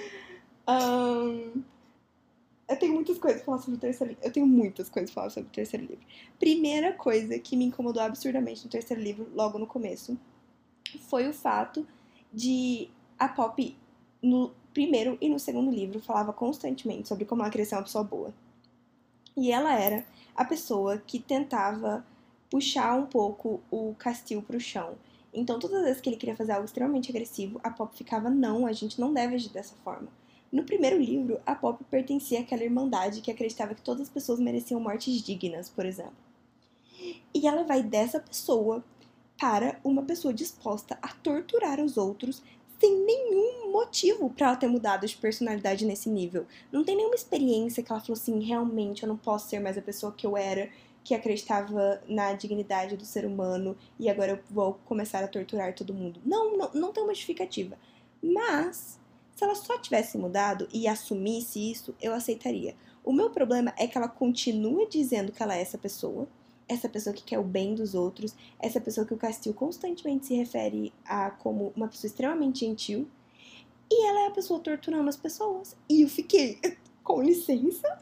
Ahn, eu tenho muitas coisas pra falar sobre o terceiro livro. Eu tenho muitas coisas pra falar sobre o terceiro livro. Primeira coisa que me incomodou absurdamente no terceiro livro, logo no começo, foi o fato de a Poppy, no primeiro e no segundo livro, falava constantemente sobre como ela queria ser uma pessoa boa. E ela era a pessoa que tentava puxar um pouco o Castil pro chão. Então, todas as vezes que ele queria fazer algo extremamente agressivo, a Pop ficava, não, a gente não deve agir dessa forma. No primeiro livro, a Pop pertencia àquela irmandade que acreditava que todas as pessoas mereciam mortes dignas, por exemplo. E ela vai dessa pessoa para uma pessoa disposta a torturar os outros sem nenhum motivo para ela ter mudado de personalidade nesse nível. Não tem nenhuma experiência que ela falou assim, realmente eu não posso ser mais a pessoa que eu era, que acreditava na dignidade do ser humano e agora eu vou começar a torturar todo mundo. Não tem uma justificativa. Mas, se ela só tivesse mudado e assumisse isso, eu aceitaria. O meu problema é que ela continua dizendo que ela é essa pessoa que quer o bem dos outros, essa pessoa que o Castil constantemente se refere a como uma pessoa extremamente gentil, e ela é a pessoa torturando as pessoas. E eu fiquei, com licença.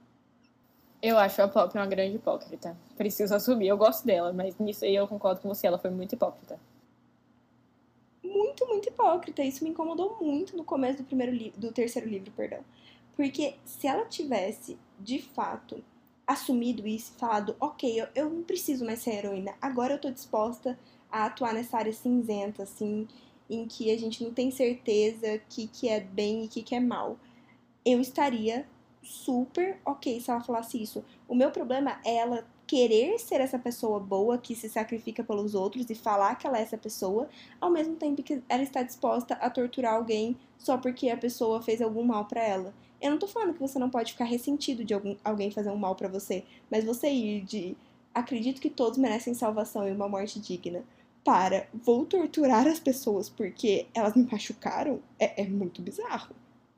Eu acho a Pop uma grande hipócrita. Preciso assumir, eu gosto dela, mas nisso aí eu concordo com você, ela foi muito hipócrita. Muito, muito hipócrita. Isso me incomodou muito no começo do terceiro livro, perdão. Porque se ela tivesse, de fato, assumido isso e falado, ok, eu não preciso mais ser heroína, agora eu tô disposta a atuar nessa área cinzenta, assim, em que a gente não tem certeza que é bem e que é mal, eu estaria super ok se ela falasse isso. O meu problema é ela querer ser essa pessoa boa que se sacrifica pelos outros e falar que ela é essa pessoa, ao mesmo tempo que ela está disposta a torturar alguém só porque a pessoa fez algum mal pra ela. Eu não tô falando que você não pode ficar ressentido de alguém fazer um mal pra você, mas você ir de acredito que todos merecem salvação e uma morte digna para vou torturar as pessoas porque elas me machucaram é muito bizarro.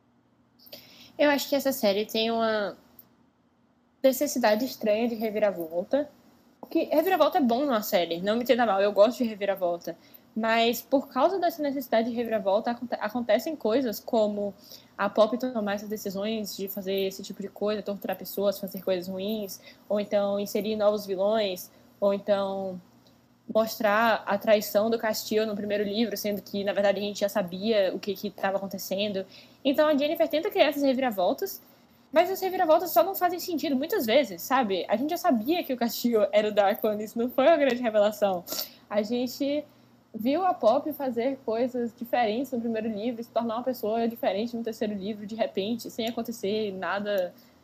Eu acho que essa série tem uma necessidade estranha de reviravolta. Porque reviravolta é bom numa série, não me entenda mal, eu gosto de reviravolta. Mas por causa dessa necessidade de reviravolta, acontecem coisas como a Pop tomar essas decisões de fazer esse tipo de coisa, torturar pessoas, fazer coisas ruins, ou então inserir novos vilões, ou então mostrar a traição do Castillo no primeiro livro, sendo que, na verdade, a gente já sabia o que estava acontecendo. Então a Jennifer tenta criar essas reviravoltas, mas as reviravoltas só não fazem sentido muitas vezes, sabe? A gente já sabia que o Castillo era o Dark One, isso não foi uma grande revelação. A gente viu a Pop fazer coisas diferentes no primeiro livro, se tornar uma pessoa diferente no terceiro livro, de repente, sem acontecer nada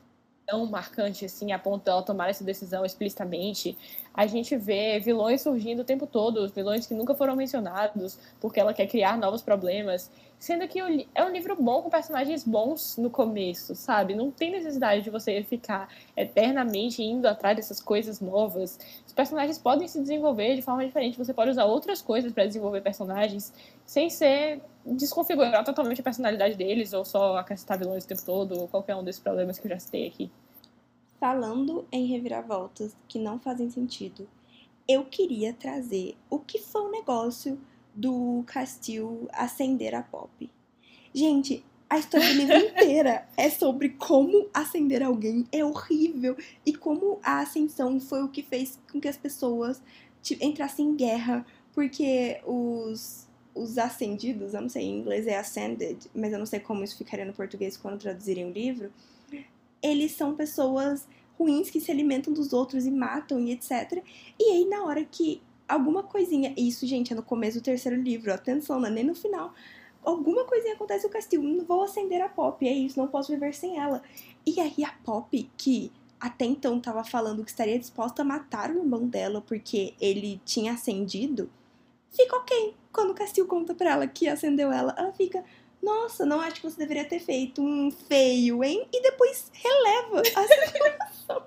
tão marcante, assim, a ponto dela tomar essa decisão explicitamente. A gente vê vilões surgindo o tempo todo, os vilões que nunca foram mencionados, porque ela quer criar novos problemas. Sendo que é um livro bom com personagens bons no começo, sabe? Não tem necessidade de você ficar eternamente indo atrás dessas coisas novas. Os personagens podem se desenvolver de forma diferente. Você pode usar outras coisas para desenvolver personagens sem ser desconfigurar totalmente a personalidade deles ou só acrescentar vilões o tempo todo ou qualquer um desses problemas que eu já citei aqui. Falando em reviravoltas que não fazem sentido, eu queria trazer o que foi o negócio do Castile acender a Pop. Gente, a história do livro inteira é sobre como acender alguém é horrível e como a ascensão foi o que fez com que as pessoas entrassem em guerra, porque os ascendidos, eu não sei, em inglês é ascended, mas eu não sei como isso ficaria no português quando traduzirem o livro, eles são pessoas ruins que se alimentam dos outros e matam e etc. E aí, na hora que alguma coisinha. Isso, gente, é no começo do terceiro livro, atenção, não é nem no final. Alguma coisinha acontece no Castilho, não vou acender a Pop, é isso, não posso viver sem ela. E aí, a Pop, que até então tava falando que estaria disposta a matar o irmão dela porque ele tinha acendido, fica ok. Quando o Castilho conta pra ela que acendeu ela fica. Nossa, não acho que você deveria ter feito um feio, hein? E depois releva a situação.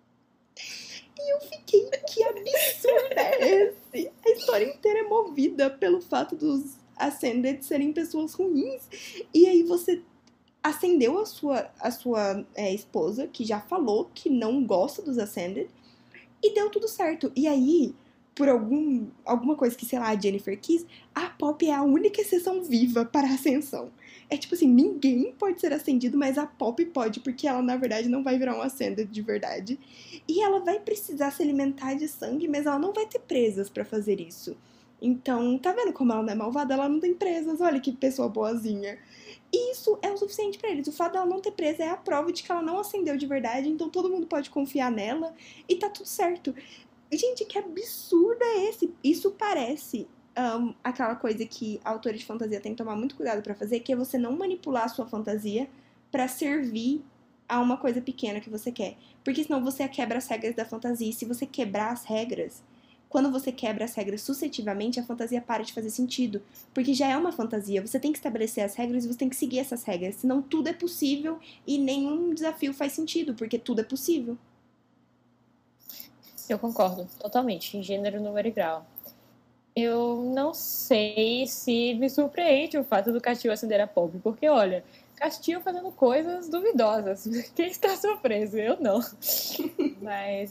E eu fiquei, que absurdo é esse? A história inteira é movida pelo fato dos Ascended serem pessoas ruins. E aí você acendeu a sua esposa, que já falou que não gosta dos Ascended, e deu tudo certo. E aí, por alguma coisa que, sei lá, a Jennifer quis, a Pop é a única exceção viva para a ascensão. É tipo assim, ninguém pode ser ascendido, mas a Pop pode, porque ela, na verdade, não vai virar um Ascended de verdade. E ela vai precisar se alimentar de sangue, mas ela não vai ter presas para fazer isso. Então, tá vendo como ela não é malvada? Ela não tem presas, olha que pessoa boazinha. E isso é o suficiente pra eles. O fato dela não ter presa é a prova de que ela não acendeu de verdade, então todo mundo pode confiar nela e tá tudo certo. Gente, que absurdo é esse? Isso parece aquela coisa que autores de fantasia têm que tomar muito cuidado pra fazer, que é você não manipular a sua fantasia pra servir a uma coisa pequena que você quer. Porque senão você quebra as regras da fantasia. E se você quebrar as regras, quando você quebra as regras sucessivamente, a fantasia para de fazer sentido. Porque já é uma fantasia. Você tem que estabelecer as regras e você tem que seguir essas regras. Senão tudo é possível e nenhum desafio faz sentido, porque tudo é possível. Eu concordo, totalmente, em gênero, número e grau. Eu não sei se me surpreende o fato do Castilho acender a Pop, porque, olha, Castilho fazendo coisas duvidosas. Quem está surpreso? Eu não. Mas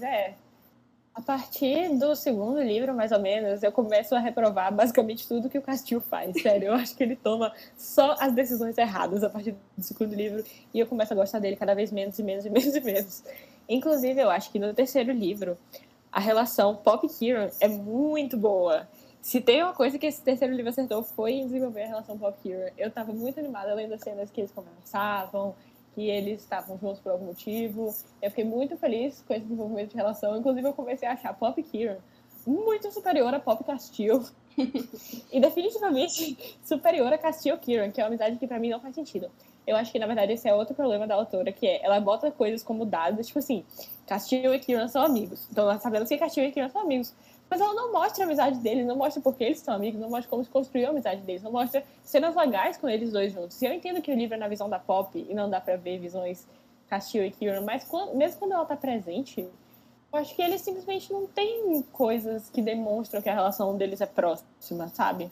a partir do segundo livro, mais ou menos, eu começo a reprovar basicamente tudo que o Castilho faz. Sério, eu acho que ele toma só as decisões erradas a partir do segundo livro e eu começo a gostar dele cada vez menos e menos e menos e menos. Inclusive, eu acho que no terceiro livro, a relação Pop-Kieran é muito boa. Se tem uma coisa que esse terceiro livro acertou foi em desenvolver a relação Pop-Kieran. Eu tava muito animada lendo as cenas que eles conversavam, que eles estavam juntos por algum motivo. Eu fiquei muito feliz com esse desenvolvimento de relação. Inclusive, eu comecei a achar Pop Kieran muito superior a Pop Castillo. E definitivamente superior a Castillo Kieran, que é uma amizade que pra mim não faz sentido. Eu acho que, na verdade, esse é outro problema da autora, que é, ela bota coisas como dados, tipo assim, Castillo e Kieran são amigos. Então, nós sabemos que Castillo e Kieran são amigos. Mas ela não mostra a amizade deles, não mostra por que eles são amigos, não mostra como se construiu a amizade deles, não mostra cenas legais com eles dois juntos. E eu entendo que o livro é na visão da Pop e não dá pra ver visões Castillo e Kieran, mas mesmo quando ela tá presente, eu acho que eles simplesmente não têm coisas que demonstram que a relação deles é próxima, sabe?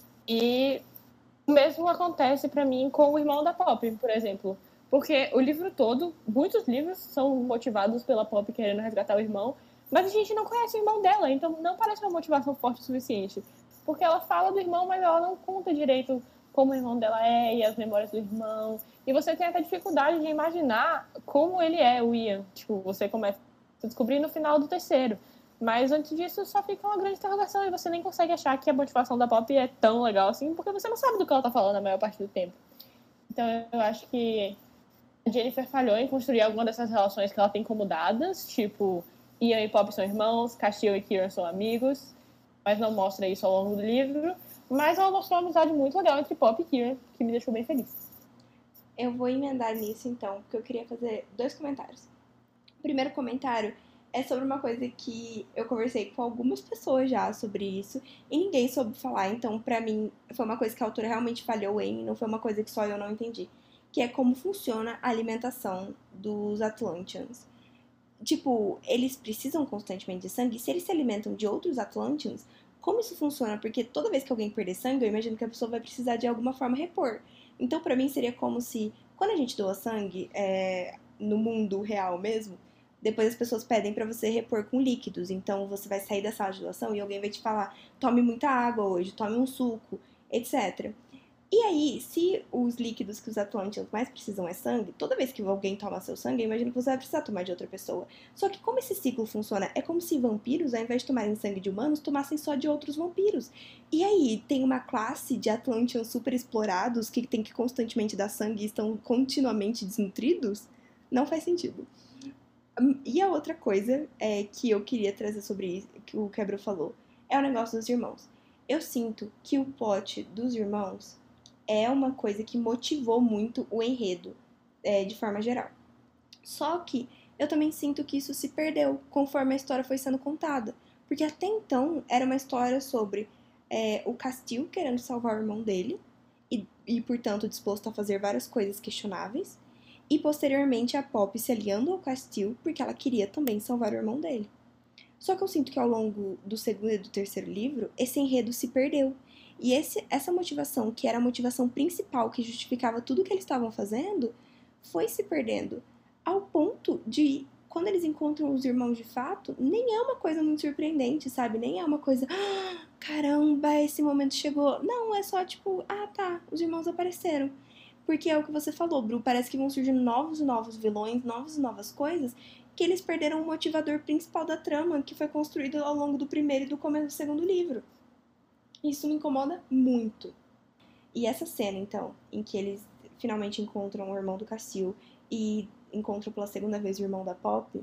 E o mesmo acontece pra mim com o irmão da Pop, por exemplo. Porque o livro todo, muitos livros são motivados pela Pop querendo resgatar o irmão, mas a gente não conhece o irmão dela, então não parece uma motivação forte o suficiente. Porque ela fala do irmão, mas ela não conta direito como o irmão dela é e as memórias do irmão. E você tem até dificuldade de imaginar como ele é, o Ian. Tipo, você começa a descobrir no final do terceiro. Mas antes disso só fica uma grande interrogação e você nem consegue achar que a motivação da Pop é tão legal assim, porque você não sabe do que ela tá falando a maior parte do tempo. Então eu acho que a Jennifer falhou em construir alguma dessas relações que ela tem como dadas, tipo, Ian e Pop são irmãos, Castillo e Kieran são amigos, mas não mostra isso ao longo do livro. Mas ela mostrou uma amizade muito legal entre Pop e Kieran, que me deixou bem feliz. Eu vou emendar nisso então, porque eu queria fazer dois comentários. O primeiro comentário é sobre uma coisa que eu conversei com algumas pessoas já sobre isso e ninguém soube falar, então pra mim foi uma coisa que a autora realmente falhou em, não foi uma coisa que só eu não entendi, que é como funciona a alimentação dos Atlanteans. Tipo, eles precisam constantemente de sangue, se eles se alimentam de outros Atlanteans, como isso funciona? Porque toda vez que alguém perder sangue, eu imagino que a pessoa vai precisar de alguma forma repor. Então, pra mim, seria como se, quando a gente doa sangue, no mundo real mesmo, depois as pessoas pedem pra você repor com líquidos. Então, você vai sair da sala de doação e alguém vai te falar: tome muita água hoje, tome um suco, etc. E aí, se os líquidos que os Atlanteans mais precisam é sangue, toda vez que alguém toma seu sangue, eu imagino que você vai precisar tomar de outra pessoa. Só que como esse ciclo funciona? É como se vampiros, ao invés de tomarem sangue de humanos, tomassem só de outros vampiros. E aí, tem uma classe de Atlanteans super explorados que tem que constantemente dar sangue e estão continuamente desnutridos? Não faz sentido. E a outra coisa que eu queria trazer sobre isso, que o Quebro falou, é o negócio dos irmãos. Eu sinto que o plot dos irmãos é uma coisa que motivou muito o enredo, de forma geral. Só que eu também sinto que isso se perdeu conforme a história foi sendo contada. Porque até então era uma história sobre o Castil querendo salvar o irmão dele portanto, disposto a fazer várias coisas questionáveis. E posteriormente a Poppy se aliando ao Castil porque ela queria também salvar o irmão dele. Só que eu sinto que ao longo do segundo e do terceiro livro, esse enredo se perdeu. E essa motivação, que era a motivação principal que justificava tudo que eles estavam fazendo, foi se perdendo. Ao ponto de, quando eles encontram os irmãos de fato, nem é uma coisa muito surpreendente, sabe? Nem é uma coisa, ah, caramba, esse momento chegou. Não, é só tipo, ah tá, os irmãos apareceram. Porque é o que você falou, Bru, parece que vão surgindo novos e novos vilões, novas e novas coisas, que eles perderam o motivador principal da trama, que foi construído ao longo do primeiro e do começo do segundo livro. Isso me incomoda muito. E essa cena, então, em que eles finalmente encontram o irmão do Cassil e encontram pela segunda vez o irmão da Pop,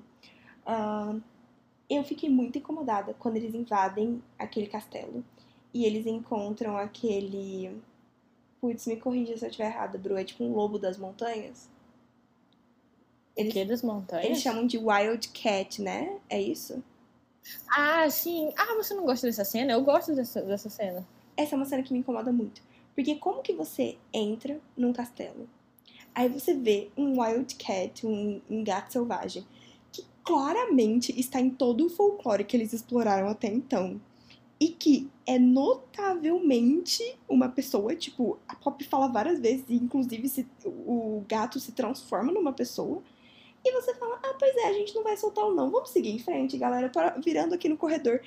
eu fiquei muito incomodada quando eles invadem aquele castelo e eles encontram aquele. Putz, me corrija se eu estiver errada, Bru. É tipo um lobo das montanhas. O Eles, que das eles montanhas? chamam de Wild Cat, né? É isso? Ah, sim. Ah, você não gosta dessa cena? Eu gosto dessa cena. Essa é uma cena que me incomoda muito. Porque como que você entra num castelo? Aí você vê um Wild Cat, um gato selvagem, que claramente está em todo o folclore que eles exploraram até então. E que é notavelmente uma pessoa, tipo, a Pop fala várias vezes, e inclusive o gato se transforma numa pessoa. E você fala, ah, pois é, a gente não vai soltar o não. Vamos seguir em frente, galera, virando aqui no corredor.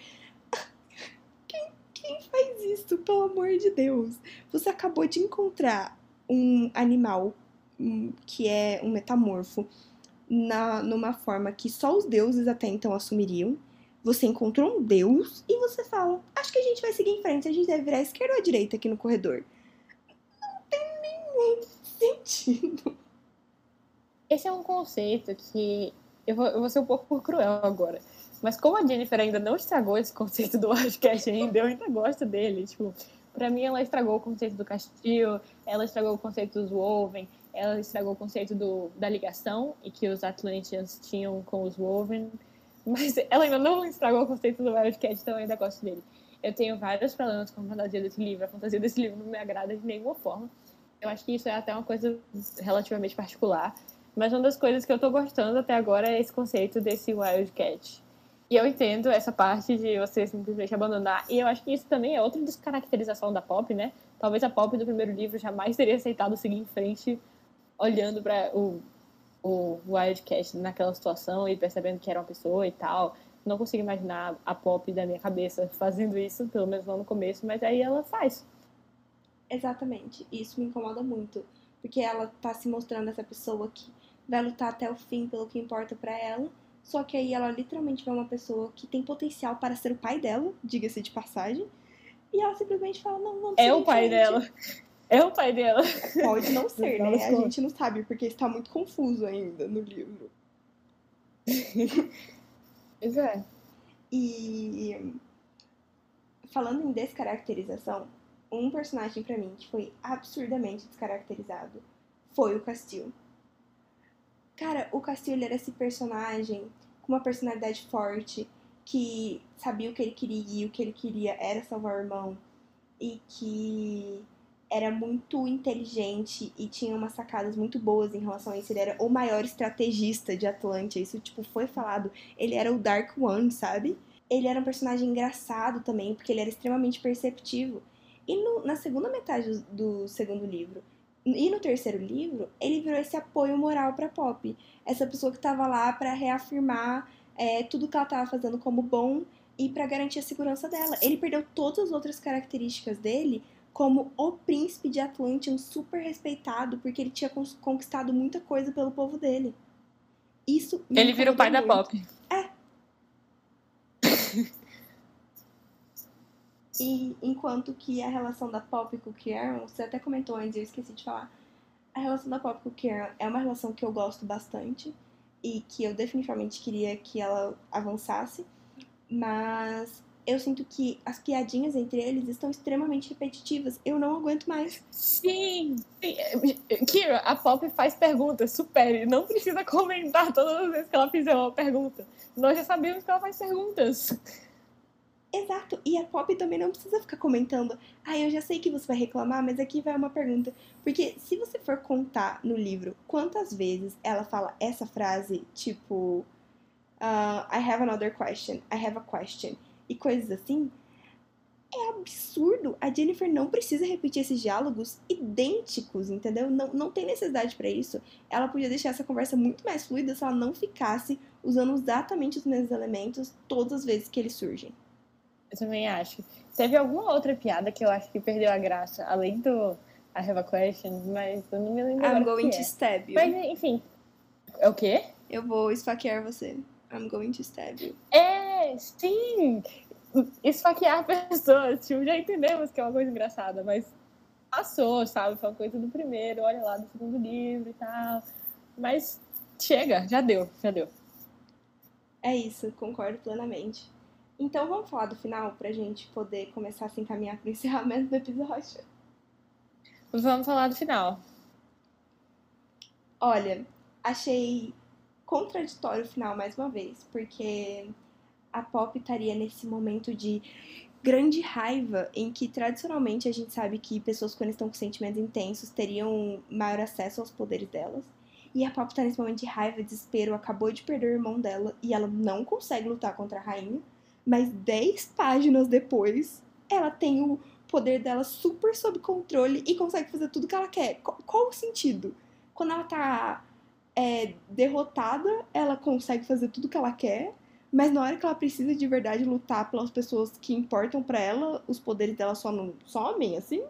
Quem faz isso, pelo amor de Deus? Você acabou de encontrar um animal que é um metamorfo numa forma que só os deuses até então assumiriam. Você encontrou um deus e você fala: acho que a gente vai seguir em frente, a gente deve virar à esquerda ou à direita aqui no corredor. Nenhum sentido. Esse é um conceito que eu vou ser um pouco cruel agora. Mas como a Jennifer ainda não estragou esse conceito do Wildcat ainda, eu ainda gosto dele. Tipo, pra mim ela estragou o conceito do Castilho, ela estragou o conceito dos Wolven, ela estragou o conceito da ligação e que os Atlanteans tinham com os Wolven. Mas ela ainda não estragou o conceito do Wildcat, então eu ainda gosto dele. Eu tenho vários problemas com a fantasia desse livro. A fantasia desse livro não me agrada de nenhuma forma. Eu acho que isso é até uma coisa relativamente particular. Mas uma das coisas que eu tô gostando até agora é esse conceito desse Wildcat. E eu entendo essa parte de você simplesmente abandonar. E eu acho que isso também é outra descaracterização da Pop, né? Talvez a Pop do primeiro livro jamais teria aceitado seguir em frente olhando para o Wildcat naquela situação e percebendo que era uma pessoa e tal. Não consigo imaginar a Pop da minha cabeça fazendo isso, pelo menos não no começo, mas aí ela faz. Exatamente. Isso me incomoda muito. Porque ela tá se mostrando essa pessoa que vai lutar até o fim pelo que importa pra ela. Só que aí ela literalmente vê uma pessoa que tem potencial para ser o pai dela, diga-se de passagem. E ela simplesmente fala, não, vamos É seguir o em pai frente. dela. É o pai dela. Pode não No ser, final né? das A gente contas. não sabe, porque está muito confuso ainda no livro. Pois é. E falando em descaracterização, um personagem pra mim que foi absurdamente descaracterizado foi o Castillo. Cara, o Castilho era esse personagem com uma personalidade forte, que sabia o que ele queria e o que ele queria era salvar o irmão, e que era muito inteligente e tinha umas sacadas muito boas em relação a isso. Ele era o maior estrategista de Atlântia, isso, tipo, foi falado. Ele era o Dark One, sabe? Ele era um personagem engraçado também, porque ele era extremamente perceptivo. E na segunda metade do segundo livro, e no terceiro livro, ele virou esse apoio moral pra Poppy. Essa pessoa que tava lá pra reafirmar tudo que ela tava fazendo como bom e pra garantir a segurança dela. Ele perdeu todas as outras características dele como o príncipe de Atlantium, super respeitado, porque ele tinha conquistado muita coisa pelo povo dele. Isso me Ele vira o pai incomodou da muito. Poppy. E enquanto que a relação da Poppy com o Kieran, você até comentou antes, eu esqueci de falar. A relação da Poppy com o Kieran é uma relação que eu gosto bastante e que eu definitivamente queria que ela avançasse, mas eu sinto que as piadinhas entre eles estão extremamente repetitivas. Eu não aguento mais. Sim, sim. Kira, a Poppy faz perguntas, supere. Não precisa comentar todas as vezes que ela fizer uma pergunta. Nós já sabemos que ela faz perguntas. Exato, e a Poppy também não precisa ficar comentando. Eu já sei que você vai reclamar, mas aqui vai uma pergunta. Porque se você for contar no livro quantas vezes ela fala essa frase, tipo, I have another question, I have a question, e coisas assim, é absurdo. A Jennifer não precisa repetir esses diálogos idênticos, entendeu? Não, não tem necessidade pra isso. Ela podia deixar essa conversa muito mais fluida se ela não ficasse usando exatamente os mesmos elementos todas as vezes que eles surgem. Eu também acho. Teve alguma outra piada que eu acho que perdeu a graça, além do I have a question, mas eu não me lembro I'm agora going o que to é. stab you. Mas, enfim. É o quê? Eu vou esfaquear você. I'm going to stab you. Sim! Esfaquear pessoas, tipo, já entendemos que é uma coisa engraçada, mas passou, sabe? Foi uma coisa do primeiro, olha lá, do segundo livro e tal. Mas chega, já deu. É isso, concordo plenamente. Então vamos falar do final pra gente poder começar a se encaminhar pro encerramento do episódio. Vamos falar do final. Olha, achei contraditório o final mais uma vez, porque a Poppy estaria nesse momento de grande raiva em que tradicionalmente a gente sabe que pessoas quando estão com sentimentos intensos teriam maior acesso aos poderes delas. E a Poppy tá nesse momento de raiva, desespero, acabou de perder o irmão dela e ela não consegue lutar contra a rainha. Mas 10 páginas depois, ela tem o poder dela super sob controle e consegue fazer tudo que ela quer. Qual o sentido? Quando ela tá derrotada, ela consegue fazer tudo que ela quer, mas na hora que ela precisa de verdade lutar pelas pessoas que importam pra ela, os poderes dela só não somem, assim?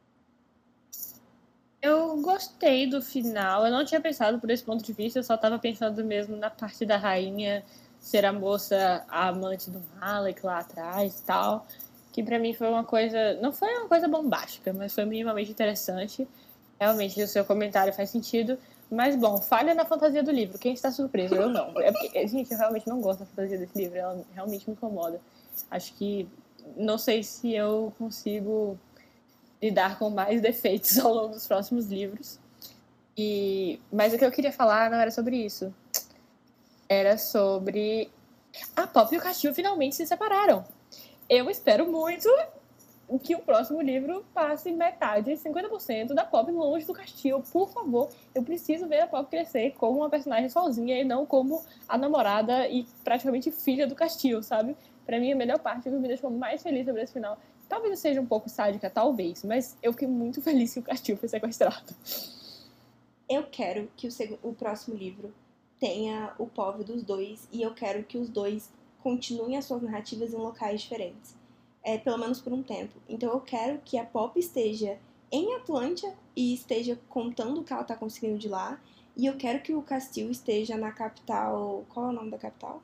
Eu gostei do final. Eu não tinha pensado por esse ponto de vista, eu só tava pensando mesmo na parte da rainha ser a moça, a amante do Malek lá atrás e tal. Que pra mim foi uma coisa. Não foi uma coisa bombástica, mas foi minimamente interessante. Realmente, o seu comentário faz sentido. Mas, bom, falha na fantasia do livro. Quem está surpreso? Eu não. É porque, gente, eu realmente não gosto da fantasia desse livro. Ela realmente me incomoda. Acho que. Não sei se eu consigo lidar com mais defeitos ao longo dos próximos livros. Mas o que eu queria falar não era sobre isso. Era sobre a Poppy e o Castilho finalmente se separaram. Eu espero muito que o próximo livro passe metade, 50% da Poppy longe do Castilho. Por favor, eu preciso ver a Poppy crescer como uma personagem sozinha e não como a namorada e praticamente filha do Castilho, sabe? Pra mim, a melhor parte que me deixou mais feliz sobre esse final, talvez eu seja um pouco sádica, talvez, mas eu fiquei muito feliz que o Castilho foi sequestrado. Eu quero que o próximo livro tenha o povo dos dois e eu quero que os dois continuem as suas narrativas em locais diferentes. Pelo menos por um tempo. Então eu quero que a Poppy esteja em Atlântia e esteja contando o que ela tá conseguindo de lá. E eu quero que o Castilho esteja na capital... Qual é o nome da capital?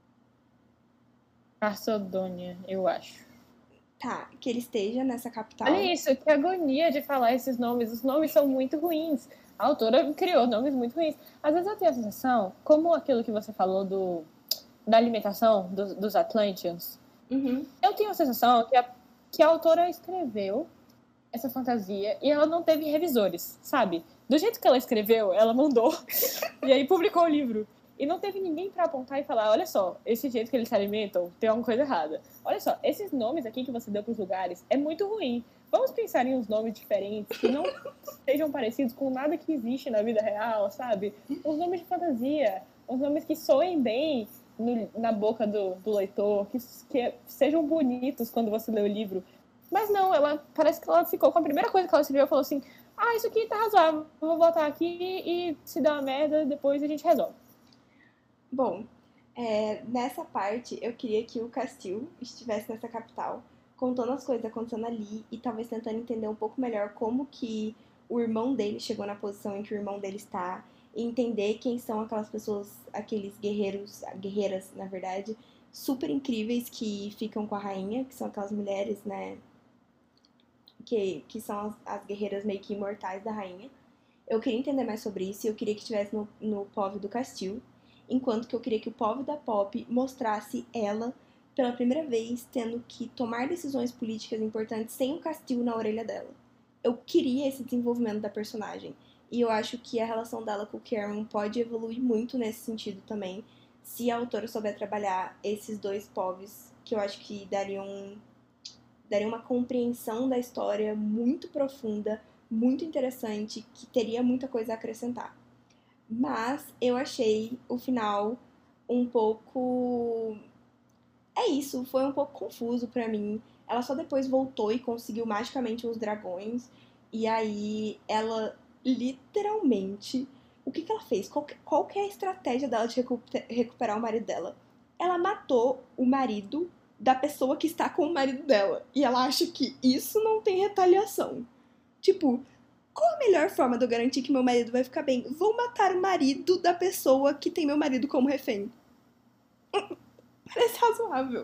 Carsodônia, eu acho. Tá, que ele esteja nessa capital. Olha isso, que agonia de falar esses nomes. Os nomes são muito ruins. A autora criou nomes muito ruins. Às vezes eu tenho a sensação, como aquilo que você falou da alimentação dos Atlanteans, eu tenho a sensação que a autora escreveu essa fantasia e ela não teve revisores, sabe? Do jeito que ela escreveu, ela mandou. E aí publicou o livro. E não teve ninguém pra apontar e falar, olha só, esse jeito que eles se alimentam, tem alguma coisa errada. Olha só, esses nomes aqui que você deu pros lugares é muito ruim. Vamos pensar em uns nomes diferentes que não sejam parecidos com nada que existe na vida real, sabe? Uns nomes de fantasia, uns nomes que soem bem na boca do leitor, que sejam bonitos quando você lê o livro. Mas não, parece que ela ficou com a primeira coisa que ela escreveu, falou assim, isso aqui tá razoável, vou botar aqui e se der uma merda, depois a gente resolve. Bom, nessa parte eu queria que o Castil estivesse nessa capital, contando as coisas acontecendo ali e talvez tentando entender um pouco melhor como que o irmão dele chegou na posição em que o irmão dele está e entender quem são aquelas pessoas, aqueles guerreiros, guerreiras, na verdade, super incríveis que ficam com a rainha, que são aquelas mulheres, né, que são as guerreiras meio que imortais da rainha. Eu queria entender mais sobre isso e eu queria que estivesse no POV do Castil, enquanto que eu queria que o POV da Pop mostrasse ela pela primeira vez tendo que tomar decisões políticas importantes sem um Castil na orelha dela. Eu queria esse desenvolvimento da personagem. E eu acho que a relação dela com o Cameron pode evoluir muito nesse sentido também, se a autora souber trabalhar esses dois povos, que eu acho que daria uma compreensão da história muito profunda, muito interessante, que teria muita coisa a acrescentar. Mas eu achei o final um pouco... isso, foi um pouco confuso pra mim. Ela só depois voltou e conseguiu magicamente uns dragões. E aí ela literalmente... O que ela fez? Qual que é a estratégia dela de recuperar o marido dela? Ela matou o marido da pessoa que está com o marido dela. E ela acha que isso não tem retaliação. Tipo, qual a melhor forma de eu garantir que meu marido vai ficar bem? Vou matar o marido da pessoa que tem meu marido como refém. Parece razoável.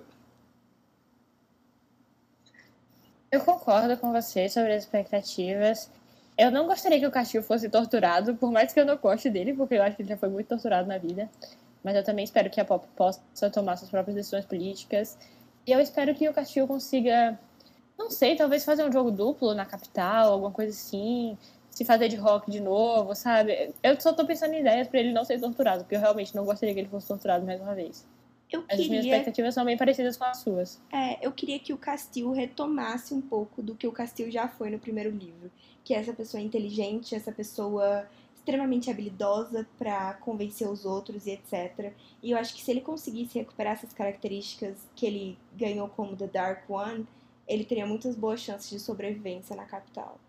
Eu concordo com você sobre as expectativas. Eu não gostaria que o Castil fosse torturado, por mais que eu não goste dele, porque eu acho que ele já foi muito torturado na vida. Mas eu também espero que a Pop possa tomar suas próprias decisões políticas. E eu espero que o Castil consiga, não sei, talvez fazer um jogo duplo na capital, alguma coisa assim, se fazer de rock de novo, sabe? Eu só tô pensando em ideias pra ele não ser torturado, porque eu realmente não gostaria que ele fosse torturado mais uma vez. As minhas expectativas são bem parecidas com as suas. Eu queria que o Castil retomasse um pouco do que o Castil já foi no primeiro livro. Que é essa pessoa inteligente, essa pessoa extremamente habilidosa pra convencer os outros e etc. E eu acho que se ele conseguisse recuperar essas características que ele ganhou como The Dark One, ele teria muitas boas chances de sobrevivência na capital.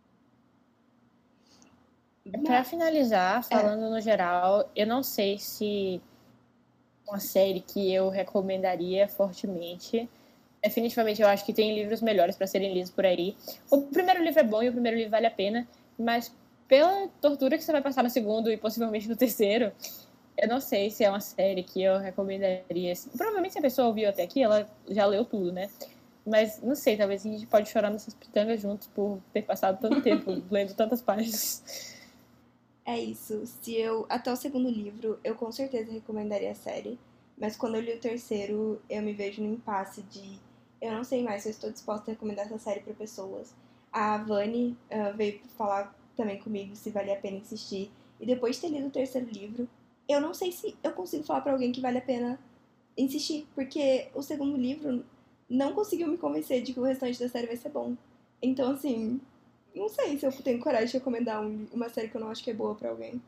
Pra finalizar, falando no geral, eu não sei se uma série que eu recomendaria fortemente. Definitivamente eu acho que tem livros melhores para serem lidos por aí. O primeiro livro é bom e o primeiro livro vale a pena, mas pela tortura que você vai passar no segundo e possivelmente no terceiro, eu não sei se é uma série que eu recomendaria. Provavelmente se a pessoa ouviu até aqui, ela já leu tudo, né? Mas não sei, talvez a gente pode chorar nessas pitangas juntos por ter passado tanto tempo lendo tantas páginas. É isso. Até o segundo livro, eu com certeza recomendaria a série. Mas quando eu li o terceiro, eu me vejo no impasse de... Eu não sei mais se eu estou disposta a recomendar essa série para pessoas. A Vani veio falar também comigo se valia a pena insistir. E depois de ter lido o terceiro livro, eu não sei se eu consigo falar para alguém que vale a pena insistir. Porque o segundo livro não conseguiu me convencer de que o restante da série vai ser bom. Então, assim... Não sei se eu tenho coragem de recomendar uma série que eu não acho que é boa pra alguém.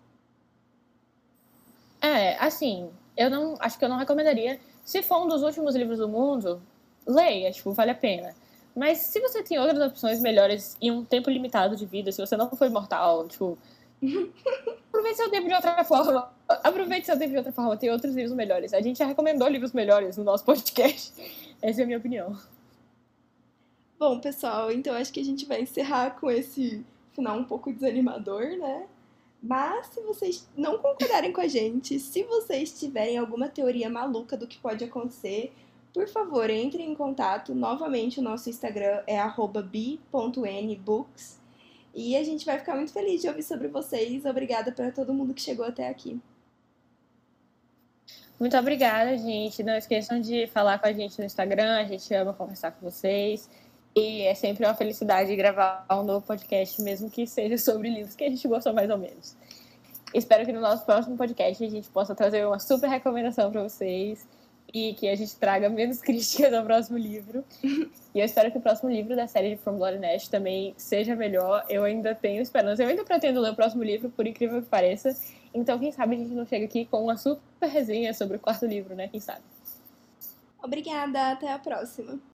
Assim, acho que eu não recomendaria. Se for um dos últimos livros do mundo, leia, vale a pena. Mas se você tem outras opções melhores em um tempo limitado de vida, se você não for imortal, aproveite seu tempo de outra forma. Aproveite seu tempo de outra forma, tem outros livros melhores. A gente já recomendou livros melhores no nosso podcast. Essa é a minha opinião. Bom, pessoal, então acho que a gente vai encerrar com esse final um pouco desanimador, né? Mas se vocês não concordarem com a gente, se vocês tiverem alguma teoria maluca do que pode acontecer, por favor, entrem em contato. Novamente, o nosso Instagram é @b.nbooks. E a gente vai ficar muito feliz de ouvir sobre vocês. Obrigada para todo mundo que chegou até aqui. Muito obrigada, gente. Não esqueçam de falar com a gente no Instagram. A gente ama conversar com vocês. E é sempre uma felicidade gravar um novo podcast, mesmo que seja sobre livros que a gente gostou mais ou menos. Espero que no nosso próximo podcast a gente possa trazer uma super recomendação para vocês e que a gente traga menos críticas ao próximo livro. E eu espero que o próximo livro da série de From Blood and Ash também seja melhor. Eu ainda tenho esperança. Eu ainda pretendo ler o próximo livro, por incrível que pareça. Então, quem sabe a gente não chega aqui com uma super resenha sobre o quarto livro, né? Quem sabe? Obrigada, até a próxima.